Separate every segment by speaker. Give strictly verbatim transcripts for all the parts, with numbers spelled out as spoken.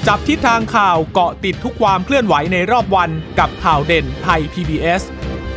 Speaker 1: จับทิศทางข่าวเกาะติดทุกความเคลื่อนไหวในรอบวันกับข่าวเด่นไทย พี บี เอส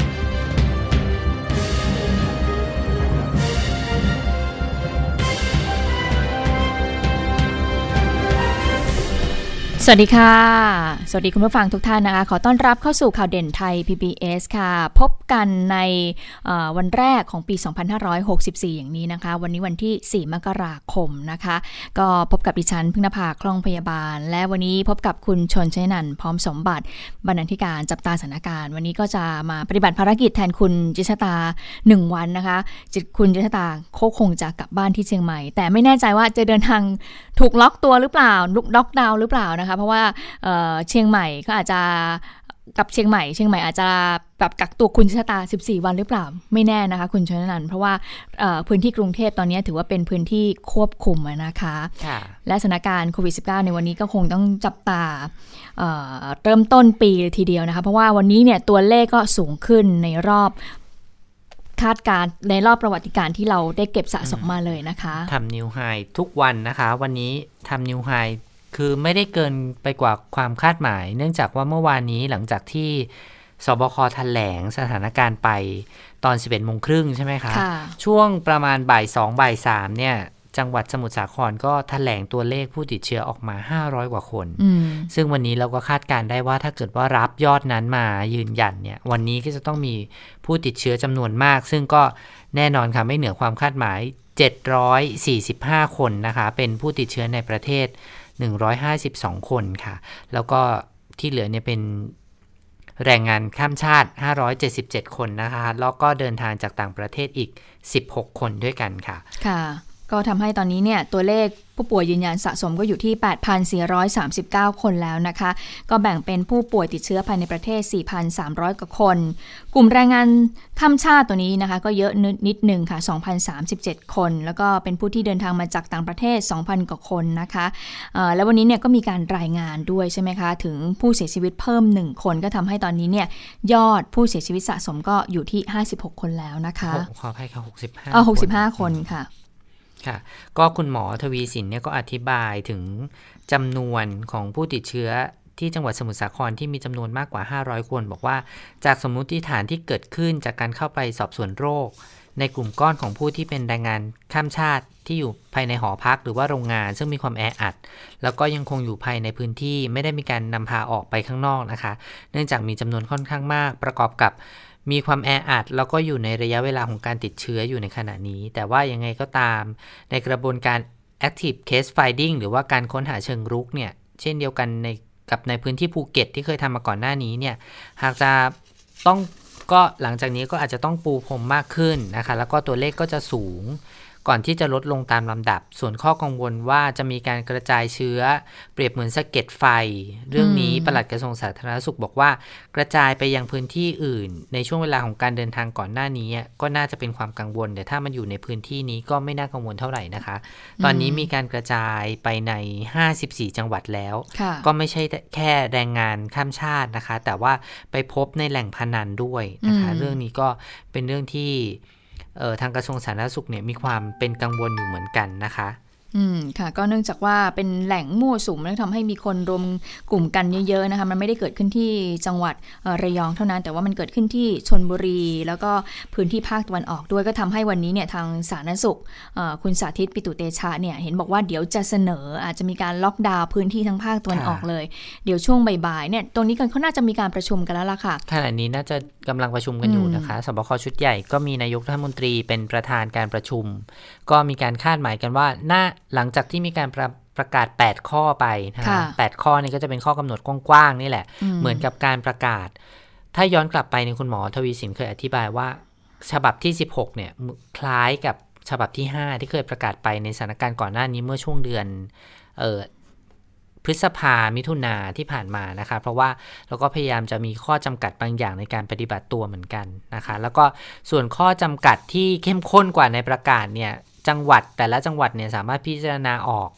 Speaker 2: สวัสดีค่ะสวัสดีคุณผู้ฟังทุกท่านนะคะขอต้อนรับเข้าสู่ข่าวเด่นไทย พี บี เอส ค่ะพบกันในวันแรกของปีสองพันห้าร้อยหกสิบสี่อย่างนี้นะคะวันนี้วันที่สี่มกราคมนะคะก็พบกับดิฉันพึ่งนภาคล่องพยาบาลและวันนี้พบกับคุณชนชัยนันท์พร้อมสมบัติบรรณาธิการจับตาสถานการณ์วันนี้ก็จะมาปฏิบัติภารกิจแทนคุณจิชตาหนึ่งวันนะคะคุณจิชตาคงจะกลับบ้านที่เชียงใหม่แต่ไม่แน่ใจว่าจะเดินทางถูกล็อกตัวหรือเปล่าล็อกดาวน์หรือเปล่านะคะเพราะว่าเอ่อเชียงใหม่ก็อาจจะกับเชียงใหม่เชียงใหม่อาจจะแบบกักตัวคุณชะตาสิบสี่วันหรือเปล่าไม่แน่นะคะคุณชนนันท์เพราะว่าพื้นที่กรุงเทพตอนนี้ถือว่าเป็นพื้นที่ควบคุมนะคะและสถานการณ์โควิด สิบเก้า ในวันนี้ก็คงต้องจับตา เอ่อ เริ่มต้นปีเลยทีเดียวนะคะเพราะว่าวันนี้เนี่ยตัวเลขก็สูงขึ้นในรอบคาดการในรอบประวัติการที่เราได้เก็บสะสมมาเลยนะคะ
Speaker 3: ทำนิวไฮทุกวันนะคะวันนี้ทำนิวไฮคือไม่ได้เกินไปกว่าความคาดหมายเนื่องจากว่าเมื่อวานนี้หลังจากที่สบคแถลงสถานการณ์ไปตอน สิบเอ็ดโมงครึ่งใช่ไหมคะช่วงประมาณบ่ายสองบ่ายสามเนี่ยจังหวัดสมุทรสาครก็แถลงตัวเลขผู้ติดเชื้อออกมาห้าร้อยกว่าคนซึ่งวันนี้เราก็คาดการได้ว่าถ้าเกิดว่ารับยอดนั้นมายืนยันเนี่ยวันนี้ก็จะต้องมีผู้ติดเชื้อจำนวนมากซึ่งก็แน่นอนค่ะไม่เหนือความคาดหมายเจ็ดร้อยสี่สิบห้าคนนะคะเป็นผู้ติดเชื้อในประเทศหนึ่งร้อยห้าสิบสองคนค่ะแล้วก็ที่เหลือเนี่ยเป็นแรงงานข้ามชาติห้าร้อยเจ็ดสิบเจ็ดคนนะคะแล้วก็เดินทางจากต่างประเทศอีกสิบหกคนด้วยกันค่ะ
Speaker 2: ค่ะก็ทำให้ตอนนี้เนี่ยตัวเลขผู้ป่วยยืนยันสะสมก็อยู่ที่ แปดพันสี่ร้อยสามสิบเก้า คนแล้วนะคะก็แบ่งเป็นผู้ป่วยติดเชื้อภายในประเทศ สี่พันสามร้อย กว่าคนกลุ่มแรงงานข้ามชาติตัวนี้นะคะก็เยอะนิดนึงค่ะ สองพันสามสิบเจ็ด คนแล้วก็เป็นผู้ที่เดินทางมาจากต่างประเทศ สองพัน กว่าคนนะคะแล้ววันนี้เนี่ยก็มีการรายงานด้วยใช่ไหมคะถึงผู้เสียชีวิตเพิ่มหนึ่งคนก็ทำให้ตอนนี้เนี่ยยอดผู้เสียชีวิตสะสมก็อยู่ที่ห้าสิบหกคนแล้วนะคะ
Speaker 3: ขออภัยค่ะหกสิบห้า
Speaker 2: อ๋อหกสิบห้าคนค่ะ
Speaker 3: ค่ะก็คุณหมอทวีสินเนี่ยก็อธิบายถึงจำนวนของผู้ติดเชื้อที่จังหวัดสมุทรสาครที่มีจำนวนมากกว่าห้าร้อยคนบอกว่าจากสมมุติฐานที่เกิดขึ้นจากการเข้าไปสอบสวนโรคในกลุ่มก้อนของผู้ที่เป็นแรงงานข้ามชาติที่อยู่ภายในหอพักหรือว่าโรงงานซึ่งมีความแออัดแล้วก็ยังคงอยู่ภายในพื้นที่ไม่ได้มีการนำพาออกไปข้างนอกนะคะเนื่องจากมีจำนวนค่อนข้างมากประกอบกับมีความแออัดแล้วก็อยู่ในระยะเวลาของการติดเชื้ออยู่ในขณะนี้แต่ว่ายังไงก็ตามในกระบวนการ active case finding หรือว่าการค้นหาเชิงรุกเนี่ยเช่นเดียวกันในกับในพื้นที่ภูเก็ตที่เคยทำมาก่อนหน้านี้เนี่ยหากจะต้องก็หลังจากนี้ก็อาจจะต้องปูพรมมากขึ้นนะคะแล้วก็ตัวเลขก็จะสูงก่อนที่จะลดลงตามลำดับส่วนข้อกังวลว่าจะมีการกระจายเชื้อเปรียบเหมือนสะเก็ดไฟเรื่องนี้ปลัดกระทรวงสาธารณสุขบอกว่ากระจายไปยังพื้นที่อื่นในช่วงเวลาของการเดินทางก่อนหน้านี้ก็น่าจะเป็นความกังวลแต่ถ้ามันอยู่ในพื้นที่นี้ก็ไม่น่ากังวลเท่าไหร่นะคะตอนนี้มีการกระจายไปในห้าสิบสี่จังหวัดแล้วก็ไม่ใช่แค่แรงงานข้ามชาตินะคะแต่ว่าไปพบในแหล่งพนันด้วยนะคะเรื่องนี้ก็เป็นเรื่องที่เอ่อทางกระทรวงสาธารณสุขเนี่ยมีความเป็นกังวลอยู่เหมือนกันนะคะ
Speaker 2: อืมค่ะก็เนื่องจากว่าเป็นแหล่งมั่วสุมแล้วทำให้มีคนรวมกลุ่มกันเยอะๆนะคะมันไม่ได้เกิดขึ้นที่จังหวัดระยองเท่านั้นแต่ว่ามันเกิดขึ้นที่ชลบุรีแล้วก็พื้นที่ภาคตะวันออกด้วยก็ทำให้วันนี้เนี่ยทางสาธารณสุขคุณสาธิตปิตุเตชะเนี่ยเห็นบอกว่าเดี๋ยวจะเสนออาจจะมีการล็อกดาวน์พื้นที่ทั้งภาคตะวันออกเลยเดี๋ยวช่วงบ่ายๆเนี่ยตรงนี้กันเขาน่าจะมีการประชุมกันแล้วล่ะค่ะ
Speaker 3: ขณะนี้น่าจะกำลังประชุมกันอยู่นะคะสบคชุดใหญ่ก็มีนายกรัฐมนตรีเป็นประธานการประชุมก็มีการคาดหมายกันว่าน่าหลังจากที่มีการประประกาศแปดข้อไปนะคะแปดข้อนี้ก็จะเป็นข้อกำหนดกว้างๆนี่แหละเหมือนกับการประกาศถ้าย้อนกลับไปในคุณหมอทวีสินเคยอธิบายว่าฉบับที่สิบหกเนี่ยคล้ายกับฉบับที่ห้าที่เคยประกาศไปในสถานการณ์ก่อนหน้านี้เมื่อช่วงเดือนเอ่อพฤษภามิถุนาที่ผ่านมานะคะเพราะว่าเราก็พยายามจะมีข้อจำกัดบางอย่างในการปฏิบัติตัวเหมือนกันนะคะแล้วก็ส่วนข้อจำกัดที่เข้มข้นกว่าในประกาศเนี่ยจังหวัดแต่ละจังหวัดเนี่ยสามารถพิจารณาออก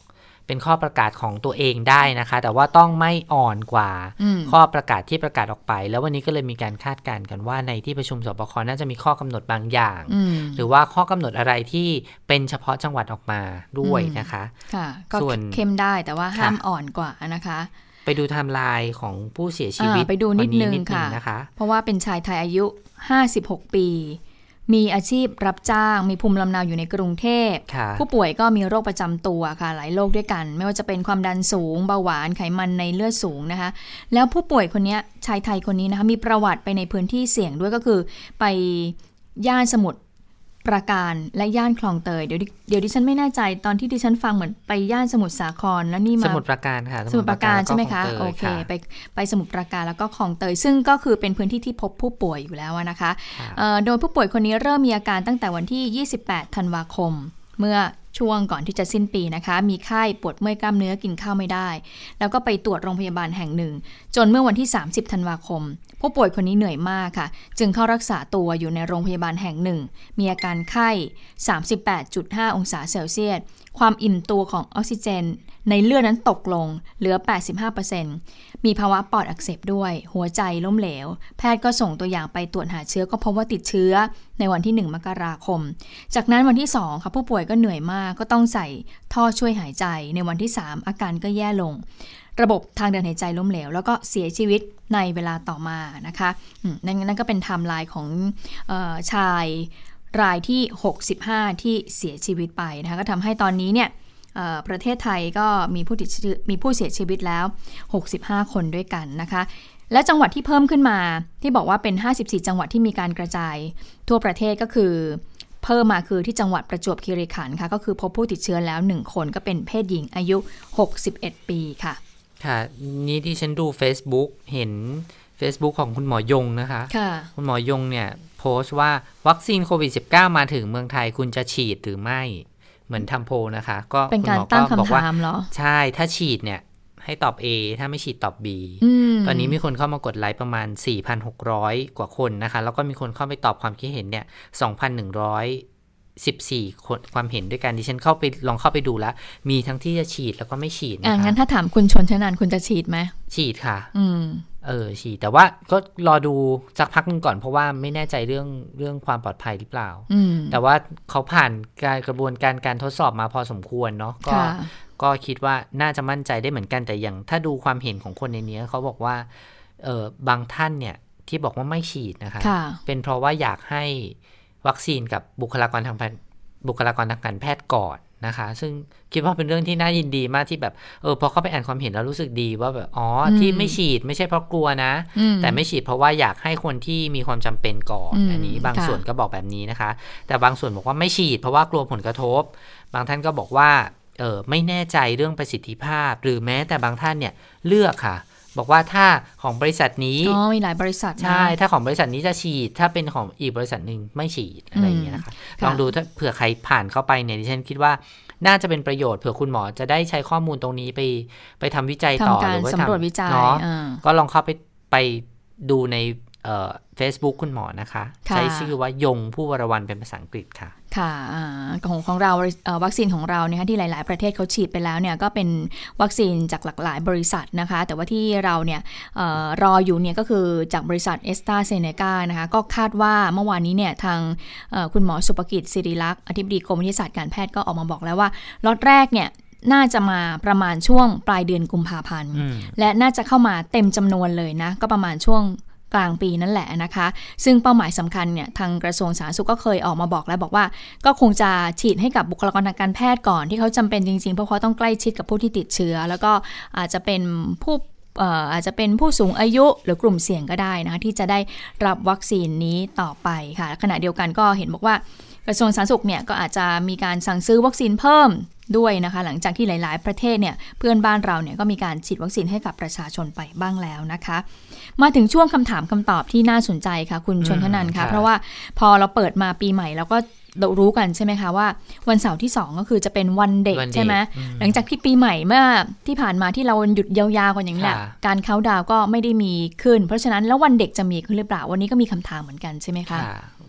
Speaker 3: เป็นข้อประกาศของตัวเองได้นะคะแต่ว่าต้องไม่อ่อนกว่าข้อประกาศที่ประกาศออกไปแล้ววันนี้ก็เลยมีการคาดการณ์กันว่าในที่ประชุมสบคน่าจะมีข้อกำหนดบางอย่างหรือว่าข้อกำหนดอะไรที่เป็นเฉพาะจังหวัดออกมาด้วยนะคะ
Speaker 2: ค่ะก็เข้มได้แต่ว่าห้ามอ่อนกว่านะคะ
Speaker 3: ไปดูไทม์ไลน์ของผู้เสียชีวิต
Speaker 2: ไปดูนิดนึงค่ะนะคะเพราะว่าเป็นชายไทยอายุห้าสิบหกปีมีอาชีพรับจ้างมีภูมิลำเนาอยู่ในกรุงเทพผู้ป่วยก็มีโรคประจำตัวค่ะหลายโรคด้วยกันไม่ว่าจะเป็นความดันสูงเบาหวานไขมันในเลือดสูงนะคะแล้วผู้ป่วยคนนี้ชายไทยคนนี้นะคะมีประวัติไปในพื้นที่เสี่ยงด้วยก็คือไปย่านสมุทรปราการและย่านคลองเตยเดี๋ยวเดี๋ยวดิฉันไม่แน่ใจตอนที่ดิฉันฟังเหมือนไปย่านสมุทรสาครแล้วนี่มา
Speaker 3: สมุทรปราการค่ะ
Speaker 2: สมุทรปราการใช่ไหมคะโอเคไปไปสมุทรปราการแล้วก็คลองเตยซึ่งก็คือเป็นพื้นที่ที่พบผู้ป่วยอยู่แล้วนะคะโดยผู้ป่วยคนนี้เริ่มมีอาการตั้งแต่วันที่ยี่สิบแปดธันวาคมเมื่อช่วงก่อนที่จะสิ้นปีนะคะมีไข้ปวดเมื่อยกล้ามเนื้อกินข้าวไม่ได้แล้วก็ไปตรวจโรงพยาบาลแห่งหนึ่งจนเมื่อวันที่สามสิบธันวาคมผู้ป่วยคนนี้เหนื่อยมากค่ะจึงเข้ารักษาตัวอยู่ในโรงพยาบาลแห่งหนึ่งมีอาการไข้ สามสิบแปดจุดห้า องศาเซลเซียสความอิ่มตัวของออกซิเจนในเลือดนั้นตกลงเหลือ แปดสิบห้าเปอร์เซ็นต์ มีภาวะปอดอักเสบด้วยหัวใจล้มเหลวแพทย์ก็ส่งตัวอย่างไปตรวจหาเชื้อก็พบว่าติดเชื้อในวันที่หนึ่งมกราคมจากนั้นวันที่สองค่ะผู้ป่วยก็เหนื่อยมากก็ต้องใส่ท่อช่วยหายใจในวันที่สามอาการก็แย่ลงระบบทางเดินหายใจล้มเหลวแล้วก็เสียชีวิตในเวลาต่อมานะคะนั่นนั่นก็เป็นไทม์ไลน์ของเอ่อชายรายที่หกสิบห้าที่เสียชีวิตไปนะคะก็ทำให้ตอนนี้เนี่ยประเทศไทยก็มีผู้ติดเชื้อมีผู้เสียชีวิตแล้วหกสิบห้าคนด้วยกันนะคะและจังหวัดที่เพิ่มขึ้นมาที่บอกว่าเป็นห้าสิบสี่จังหวัดที่มีการกระจายทั่วประเทศก็คือเพิ่มมาคือที่จังหวัดประจวบคีรีขันธ์ค่ะก็คือพบผู้ติดเชื้อแล้วหนึ่งคนก็เป็นเพศหญิงอายุหกสิบเอ็ดปีค่ะ
Speaker 3: ค่ะนี่ที่ฉันดู Facebook เห็น Facebook ของคุณหมอยงนะคะ
Speaker 2: ค่ะ
Speaker 3: คุณหมอยงเนี่ยโพสต์ว่าวัคซีนโควิด สิบเก้า มาถึงเมืองไทยคุณจะฉีดหรือไม่เหมือนทำโพลนะคะก็
Speaker 2: เป็นการตั้งคำถามเหรอ
Speaker 3: ใช่ถ้าฉีดเนี่ยให้ตอบ A ถ้าไม่ฉีดตอบ B ตอนนี้มีคนเข้ามากดไลค์ประมาณ สี่พันหกร้อย กว่าคนนะคะแล้วก็มีคนเข้าไปตอบความคิดเห็นเนี่ย สองพันหนึ่งร้อยสิบสี่ คนความเห็นด้วยกันดิฉันเข้าไปลองเข้าไปดูแล้วมีทั้งที่จะฉีดแล้วก็ไม่ฉีดนะคะ
Speaker 2: อ่ะงั้นถ้าถามคุณชนชนันท์คุณจะฉีดไหม
Speaker 3: ฉีดค่ะ
Speaker 2: อืม
Speaker 3: เออฉีดแต่ว่าก็รอดูสักพักนึงก่อนเพราะว่าไม่แน่ใจเรื่องเรื่องความปลอดภัยหรือเปล่าแต่ว่าเขาผ่านการกระบวนการการทดสอบมาพอสมควรเนาะก็ก็คิดว่าน่าจะมั่นใจได้เหมือนกันแต่อย่างถ้าดูความเห็นของคนในนี้เขาบอกว่าเออบางท่านเนี่ยที่บอกว่าไม่ฉีดนะคะเป็นเพราะว่าอยากให้วัคซีนกับบุคลากรทางบุคลากรทางการแพทย์ก่อนนะคะซึ่งคิดว่าเป็นเรื่องที่น่ายินดีมากที่แบบเออพอเข้าไปอ่านความเห็นแล้วรู้สึกดีว่าแบบอ๋อที่ไม่ฉีดไม่ใช่เพราะกลัวนะแต่ไม่ฉีดเพราะว่าอยากให้คนที่มีความจำเป็นก่อนอันนี้บางส่วนก็บอกแบบนี้นะคะแต่บางส่วนบอกว่าไม่ฉีดเพราะว่ากลัวผลกระทบบางท่านก็บอกว่าเออไม่แน่ใจเรื่องประสิทธิภาพหรือแม้แต่บางท่านเนี่ยเลือกค่ะบอกว่าถ้าของบริษัทนี้
Speaker 2: อ๋อมีหลายบริษัท
Speaker 3: ใช่ถ้าของบริษัทนี้จะฉีดถ้าเป็นของอีกบริษัทนึงไม่ฉีดอะไรอย่างเงี้ยนะคะลองดูถ้าเผื่อใครผ่านเข้าไปเนี่ยดิฉันคิดว่าน่าจะเป็นประโยชน์เผื่อคุณหมอจะได้ใช้ข้อมูลตรงนี้ไปไปทำวิจัยต่อหรือว่า
Speaker 2: ทำสำรวจวิจัย
Speaker 3: เนาะก็ลองเข้าไปไปดูในเอ่อ Facebook คุณหมอนะคะใช้ชื่อว่ายงผู้วรวรรณเป็นภาษาอังกฤษค่ะ
Speaker 2: ค่ะของของเราวัคซีนของเราเนี่ยที่หลายๆประเทศเขาฉีดไปแล้วเนี่ยก็เป็นวัคซีนจากหลากหลายบริษัทนะคะแต่ว่าที่เราเนี่ยออรออยู่เนี่ยก็คือจากบริษัท AstraZeneca นะคะก็คาดว่าเมื่อวานนี้เนี่ยทางคุณหมอสุภกิจศิริลักษณ์อธิบดีกรมวิทยาศาสตร์การแพทย์ก็ออกมาบอกแล้วว่าล็อตแรกเนี่ยน่าจะมาประมาณช่วงปลายเดือนกุมภาพันธ์และน่าจะเข้ามาเต็มจำนวนเลยนะก็ประมาณช่วงกลางปีนั่นแหละนะคะซึ่งเป้าหมายสำคัญเนี่ยทางกระทรวงสาธารณสุขก็เคยออกมาบอกแล้วบอกว่าก็คงจะฉีดให้กับบุคลากรทางการแพทย์ก่อนที่เขาจำเป็นจริงๆเพราะเขาต้องใกล้ชิดกับผู้ที่ติดเชื้อแล้วก็อาจจะเป็นผู้อาจจะเป็นผู้สูงอายุหรือกลุ่มเสี่ยงก็ได้นะคะที่จะได้รับวัคซีนนี้ต่อไปค่ะขณะเดียวกันก็เห็นบอกว่ากระทรวงสาธารณสุขเนี่ยก็อาจจะมีการสั่งซื้อวัคซีนเพิ่มด้วยนะคะหลังจากที่หลายๆประเทศเนี่ยเพื่อนบ้านเราเนี่ยก็มีการฉีดวัคซีนให้กับประชาชนไปบ้างแล้วนะคะมาถึงช่วงคำถามคำตอบที่น่าสนใจค่ะคุณชนทนันท์ค่ะเพราะว่าพอเราเปิดมาปีใหม่เราก็รู้กันใช่ไหมคะว่าวันเสาร์ที่สองก็คือจะเป็นวันเด็กใช่ไหมหลังจากที่ปีใหม่เมื่อที่ผ่านมาที่เราหยุดยาวๆกันอย่างนี้แหละการเค้าท์ดาวน์ก็ไม่ได้มีขึ้นเพราะฉะนั้นแล้ววันเด็กจะมีขึ้นหรือเปล่าวันนี้ก็มีคำถามเหมือนกันใช่ไหมคะ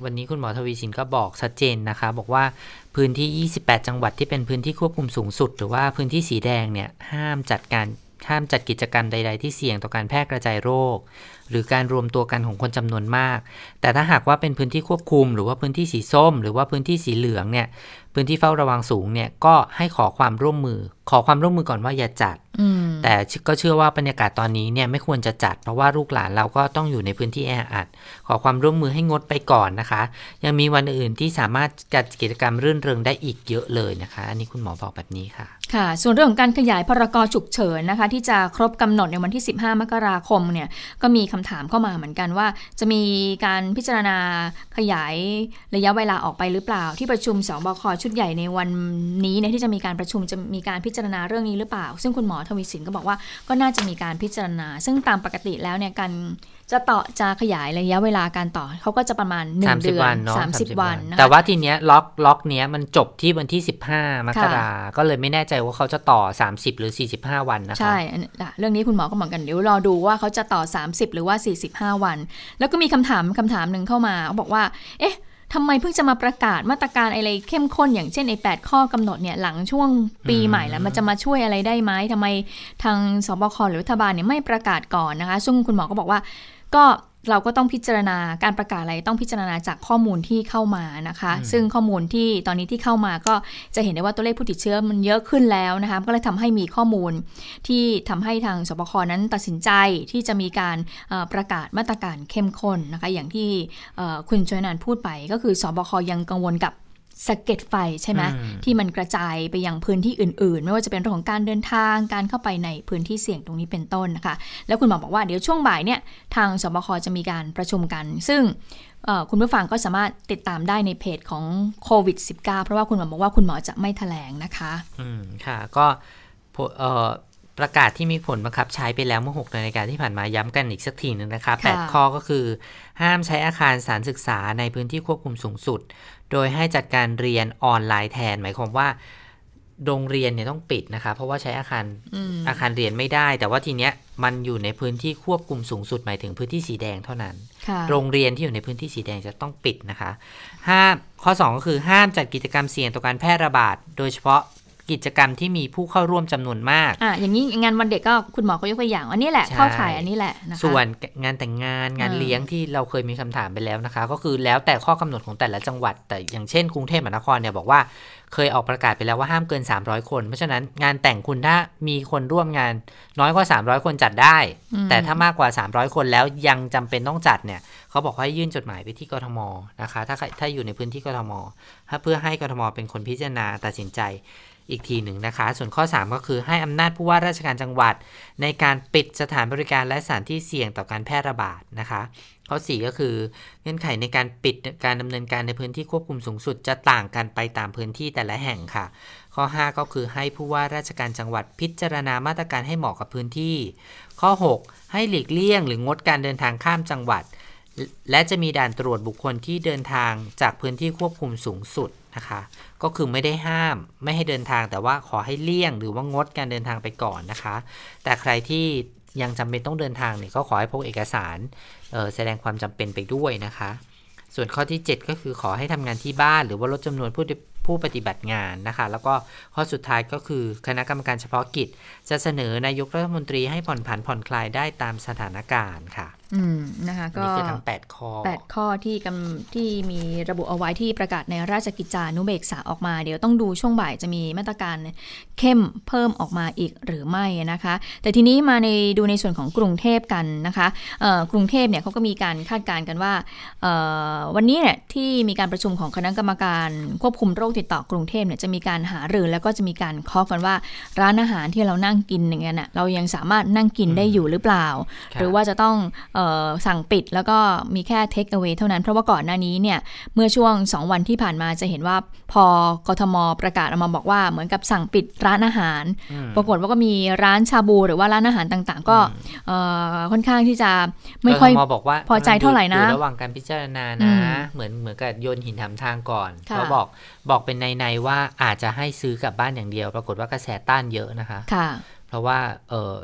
Speaker 3: วันนี้คุณหมอทวีสินก็บอกชัดเจนนะคะบอกว่าพื้นที่ยี่สิบแปดจังหวัดที่เป็นพื้นที่ควบคุมสูงสุดหรือว่าพื้นที่สีแดงเนี่ยห้ามจัดการห้ามจัดกิจกรรมใดๆที่เสี่ยงต่อการแพร่กระจายโรคหรือการรวมตัวกันของคนจำนวนมากแต่ถ้าหากว่าเป็นพื้นที่ควบคุมหรือว่าพื้นที่สีส้มหรือว่าพื้นที่สีเหลืองเนี่ยพื้นที่เฝ้าระวังสูงเนี่ยก็ให้ขอความร่วมมือขอความร่วมมือก่อนว่าอย่าจัดแต่ก็เชื่อว่าบรรยากาศตอนนี้เนี่ยไม่ควรจะจัดเพราะว่าลูกหลานเราก็ต้องอยู่ในพื้นที่แออัดขอความร่วมมือให้งดไปก่อนนะคะยังมีวันอื่นที่สามารถจัดกิจกรรมรื่นเริงได้อีกเยอะเลยนะคะอันนี้คุณหมอบอกแบบนี้ค่ะ
Speaker 2: ค่ะส่วนเรื่องของการขยายพรกฉุกเฉินนะคะที่จะครบกำหนดในวันที่สิบห้ามกราคมเนี่ยก็มีคำถามเข้ามาเหมือนกันว่าจะมีการพิจารณาขยายระยะเวลาออกไปหรือเปล่าที่ประชุมสบคชุดใหญ่ในวันนี้เนี่ยที่จะมีการประชุมจะมีการพิจารณาเรื่องนี้หรือเปล่าซึ่งคุณหมอทวีสินก็บอกว่าก็น่าจะมีการพิจารณาซึ่งตามปกติแล้วเนี่ยการจะต่อจะขยายระยะเวลาการต่อเขาก็จะประมาณหนึ่งเดือนสามสิบวันนะคะ
Speaker 3: แต่ว่าทีเนี้ยล็อกล็อกเนี้ยมันจบที่วันที่สิบห้ามกราคมก็เลยไม่แน่ใจว่าเขาจะต่อสามสิบหรือสี่สิบห้าวันนะคะ
Speaker 2: ใช่เรื่องนี้คุณหมอก็เหมือนกันเดี๋ยวรอดูว่าเขาจะต่อสามสิบหรือว่าสี่สิบห้าวันแล้วก็มีคำถามคำถามนึงเข้ามาเขาบอกว่าเอ๊ะทำไมเพิ่งจะมาประกาศมาตรการอะไรเข้มข้นอย่างเช่นไอ้แปดข้อกำหนดเนี่ยหลังช่วงปีใหม่แล้วมันจะมาช่วยอะไรได้ไหมทำไมทางสบคหรือรัฐบาลเนี่ยไม่ประกาศก่อนนะคะซึ่งคุณหมอก็บอกว่าก็เราก็ต้องพิจารณาการประกาศอะไรต้องพิจารณาจากข้อมูลที่เข้ามานะคะซึ่งข้อมูลที่ตอนนี้ที่เข้ามาก็จะเห็นได้ว่าตัวเลขผู้ติดเชื้อมันเยอะขึ้นแล้วนะคะก็เลยทำให้มีข้อมูลที่ทำให้ทางสบคนั้นตัดสินใจที่จะมีการประกาศมาตรการเข้มข้นนะคะอย่างที่คุณชยนันท์พูดไปก็คือสบคยังกังวลกับสะเก็ดไฟใช่ไหมที่มันกระจายไปยังพื้นที่อื่นๆไม่ว่าจะเป็นเรื่องของการเดินทางการเข้าไปในพื้นที่เสี่ยงตรงนี้เป็นต้นนะคะแล้วคุณหมอบอกว่าเดี๋ยวช่วงบ่ายเนี่ยทางสบคจะมีการประชุมกันซึ่งคุณผู้ฟังก็สามารถติดตามได้ในเพจของโควิด สิบเก้า เพราะว่าคุณหมอบอกว่าคุณหมอจะไม่แถลงนะคะ
Speaker 3: อืมค่ะก็เอ่อประกาศที่มีผลบังคับใช้ไปแล้วเมื่อหกนาฬิกาที่ผ่านมาย้ำกันอีกสักทีนึงนะคะแปดข้อก็คือห้ามใช้อาคารสถานศึกษาในพื้นที่ควบคุมสูงสุดโดยให้จัดการเรียนออนไลน์แทนหมายความว่าโรงเรียนเนี่ยต้องปิดนะคะเพราะว่าใช้อาคารอาคารเรียนไม่ได้แต่ว่าทีเนี้ยมันอยู่ในพื้นที่ควบคุมสูงสุดหมายถึงพื้นที่สีแดงเท่านั้นโรงเรียนที่อยู่ในพื้นที่สีแดงจะต้องปิดนะคะห้ามข้อสองก็คือห้ามจัดกิจกรรมเสี่ยงต่อการแพร่ระบาดโดยเฉพาะกิจกรรมที่มีผู้เข้าร่วมจำนวนมาก
Speaker 2: อ่ะอย่างนี้งานวันเด็กก็คุณหมอก็ยกตัวอย่างอันนี้แหละเข้าข่ายอันนี้แหละนะคะ
Speaker 3: ส่วนงานแต่งงานงานเลี้ยงที่เราเคยมีคำถามไปแล้วนะคะก็คือแล้วแต่ข้อกำหนดของแต่ละจังหวัดแต่อย่างเช่นกรุงเทพมหานครเนี่ยบอกว่าเคยออกประกาศไปแล้วว่าห้ามเกินสามร้อยคนเพราะฉะนั้นงานแต่งคุณถ้ามีคนร่วมงานน้อยกว่าสามร้อยคนจัดได้แต่ถ้ามากกว่าสามร้อยคนแล้วยังจำเป็นต้องจัดเนี่ยเขาบอกให้ยื่นจดหมายไปที่กทมนะคะถ้าถ้าอยู่ในพื้นที่กทมเพื่อให้กทมเป็นคนพิจารณาตัดสินใจอีกทีหนึ่งนะคะส่วนข้อสามก็คือให้อำนาจผู้ว่าราชการจังหวัดในการปิดสถานบริการและสถานที่เสี่ยงต่อการแพร่ระบาดนะคะข้อสี่ก็คือเงื่อนไขในการปิดการดำเนินการในพื้นที่ควบคุมสูงสุดจะต่างกันไปตามพื้นที่แต่ละแห่งค่ะข้อห้าก็คือให้ผู้ว่าราชการจังหวัดพิจารณามาตรการให้เหมาะกับพื้นที่ข้อหกให้หลีกเลี่ยงหรืองดการเดินทางข้ามจังหวัดและจะมีด่านตรวจบุคคลที่เดินทางจากพื้นที่ควบคุมสูงสุดนะคะก็คือไม่ได้ห้ามไม่ให้เดินทางแต่ว่าขอให้เลี่ยงหรือว่างดการเดินทางไปก่อนนะคะแต่ใครที่ยังจำเป็นต้องเดินทางเนี่ยก็ขอให้พกเอกสารเอ่อแสดงความจำเป็นไปด้วยนะคะส่วนข้อที่เจ็ดก็คือขอให้ทำงานที่บ้านหรือว่าลดจำนวนผู้ผู้ปฏิบัติงานนะคะแล้วก็ข้อสุดท้ายก็คือคณะกรรมการเฉพาะกิจจะเสนอนายกรัฐมนตรีให้ผ่อนผันผ่อนคลายได้ตามสถานการณ์ค่ะ
Speaker 2: อืมนะคะก็
Speaker 3: นี่คือทั้งแปดข้อ
Speaker 2: แปดข้อที่กำที่มีระบุเอาไว้ที่ประกาศในราชกิจจานุเบกษาออกมาเดี๋ยวต้องดูช่วงบ่ายจะมีมาตรการเข้มเพิ่มออกมาอีกหรือไม่นะคะแต่ทีนี้มาในดูในส่วนของกรุงเทพกันนะคะกรุงเทพเนี่ยเขาก็มีการคาดการณ์กันว่าวันนี้เนี่ยที่มีการประชุมของคณะกรรมการควบคุมโรคติดต่อกรุงเทพเนี่ยจะมีการหารือแล้วก็จะมีการเคาะกันว่าร้านอาหารที่เรานั่งกินอย่างเงี้ยน่ะเรายังสามารถนั่งกินได้อยู่หรือเปล่าหรือว่าจะต้องสั่งปิดแล้วก็มีแค่ take away เท่านั้นเพราะว่าก่อนหน้านี้เนี่ยเมื่อช่วงสองวันที่ผ่านมาจะเห็นว่าพอกทมประกาศออกมาบอกว่าเหมือนกับสั่งปิดร้านอาหารปรากฏว่าก็มีร้านชาบูหรือว่าร้านอาหารต่างๆก็ค่อนข้างที่จะไม่ค่อยพอใจเท่าไหร่นะ
Speaker 3: ระหว่างการพิจารณานะเหมือนเหมือนกับโยนหินถามทางก่อนเขาบอกบอกเป็นในๆว่าอาจจะให้ซื้อกลับบ้านอย่างเดียวปรากฏว่ากระแสต้านเยอะนะคะเพราะว่าเออ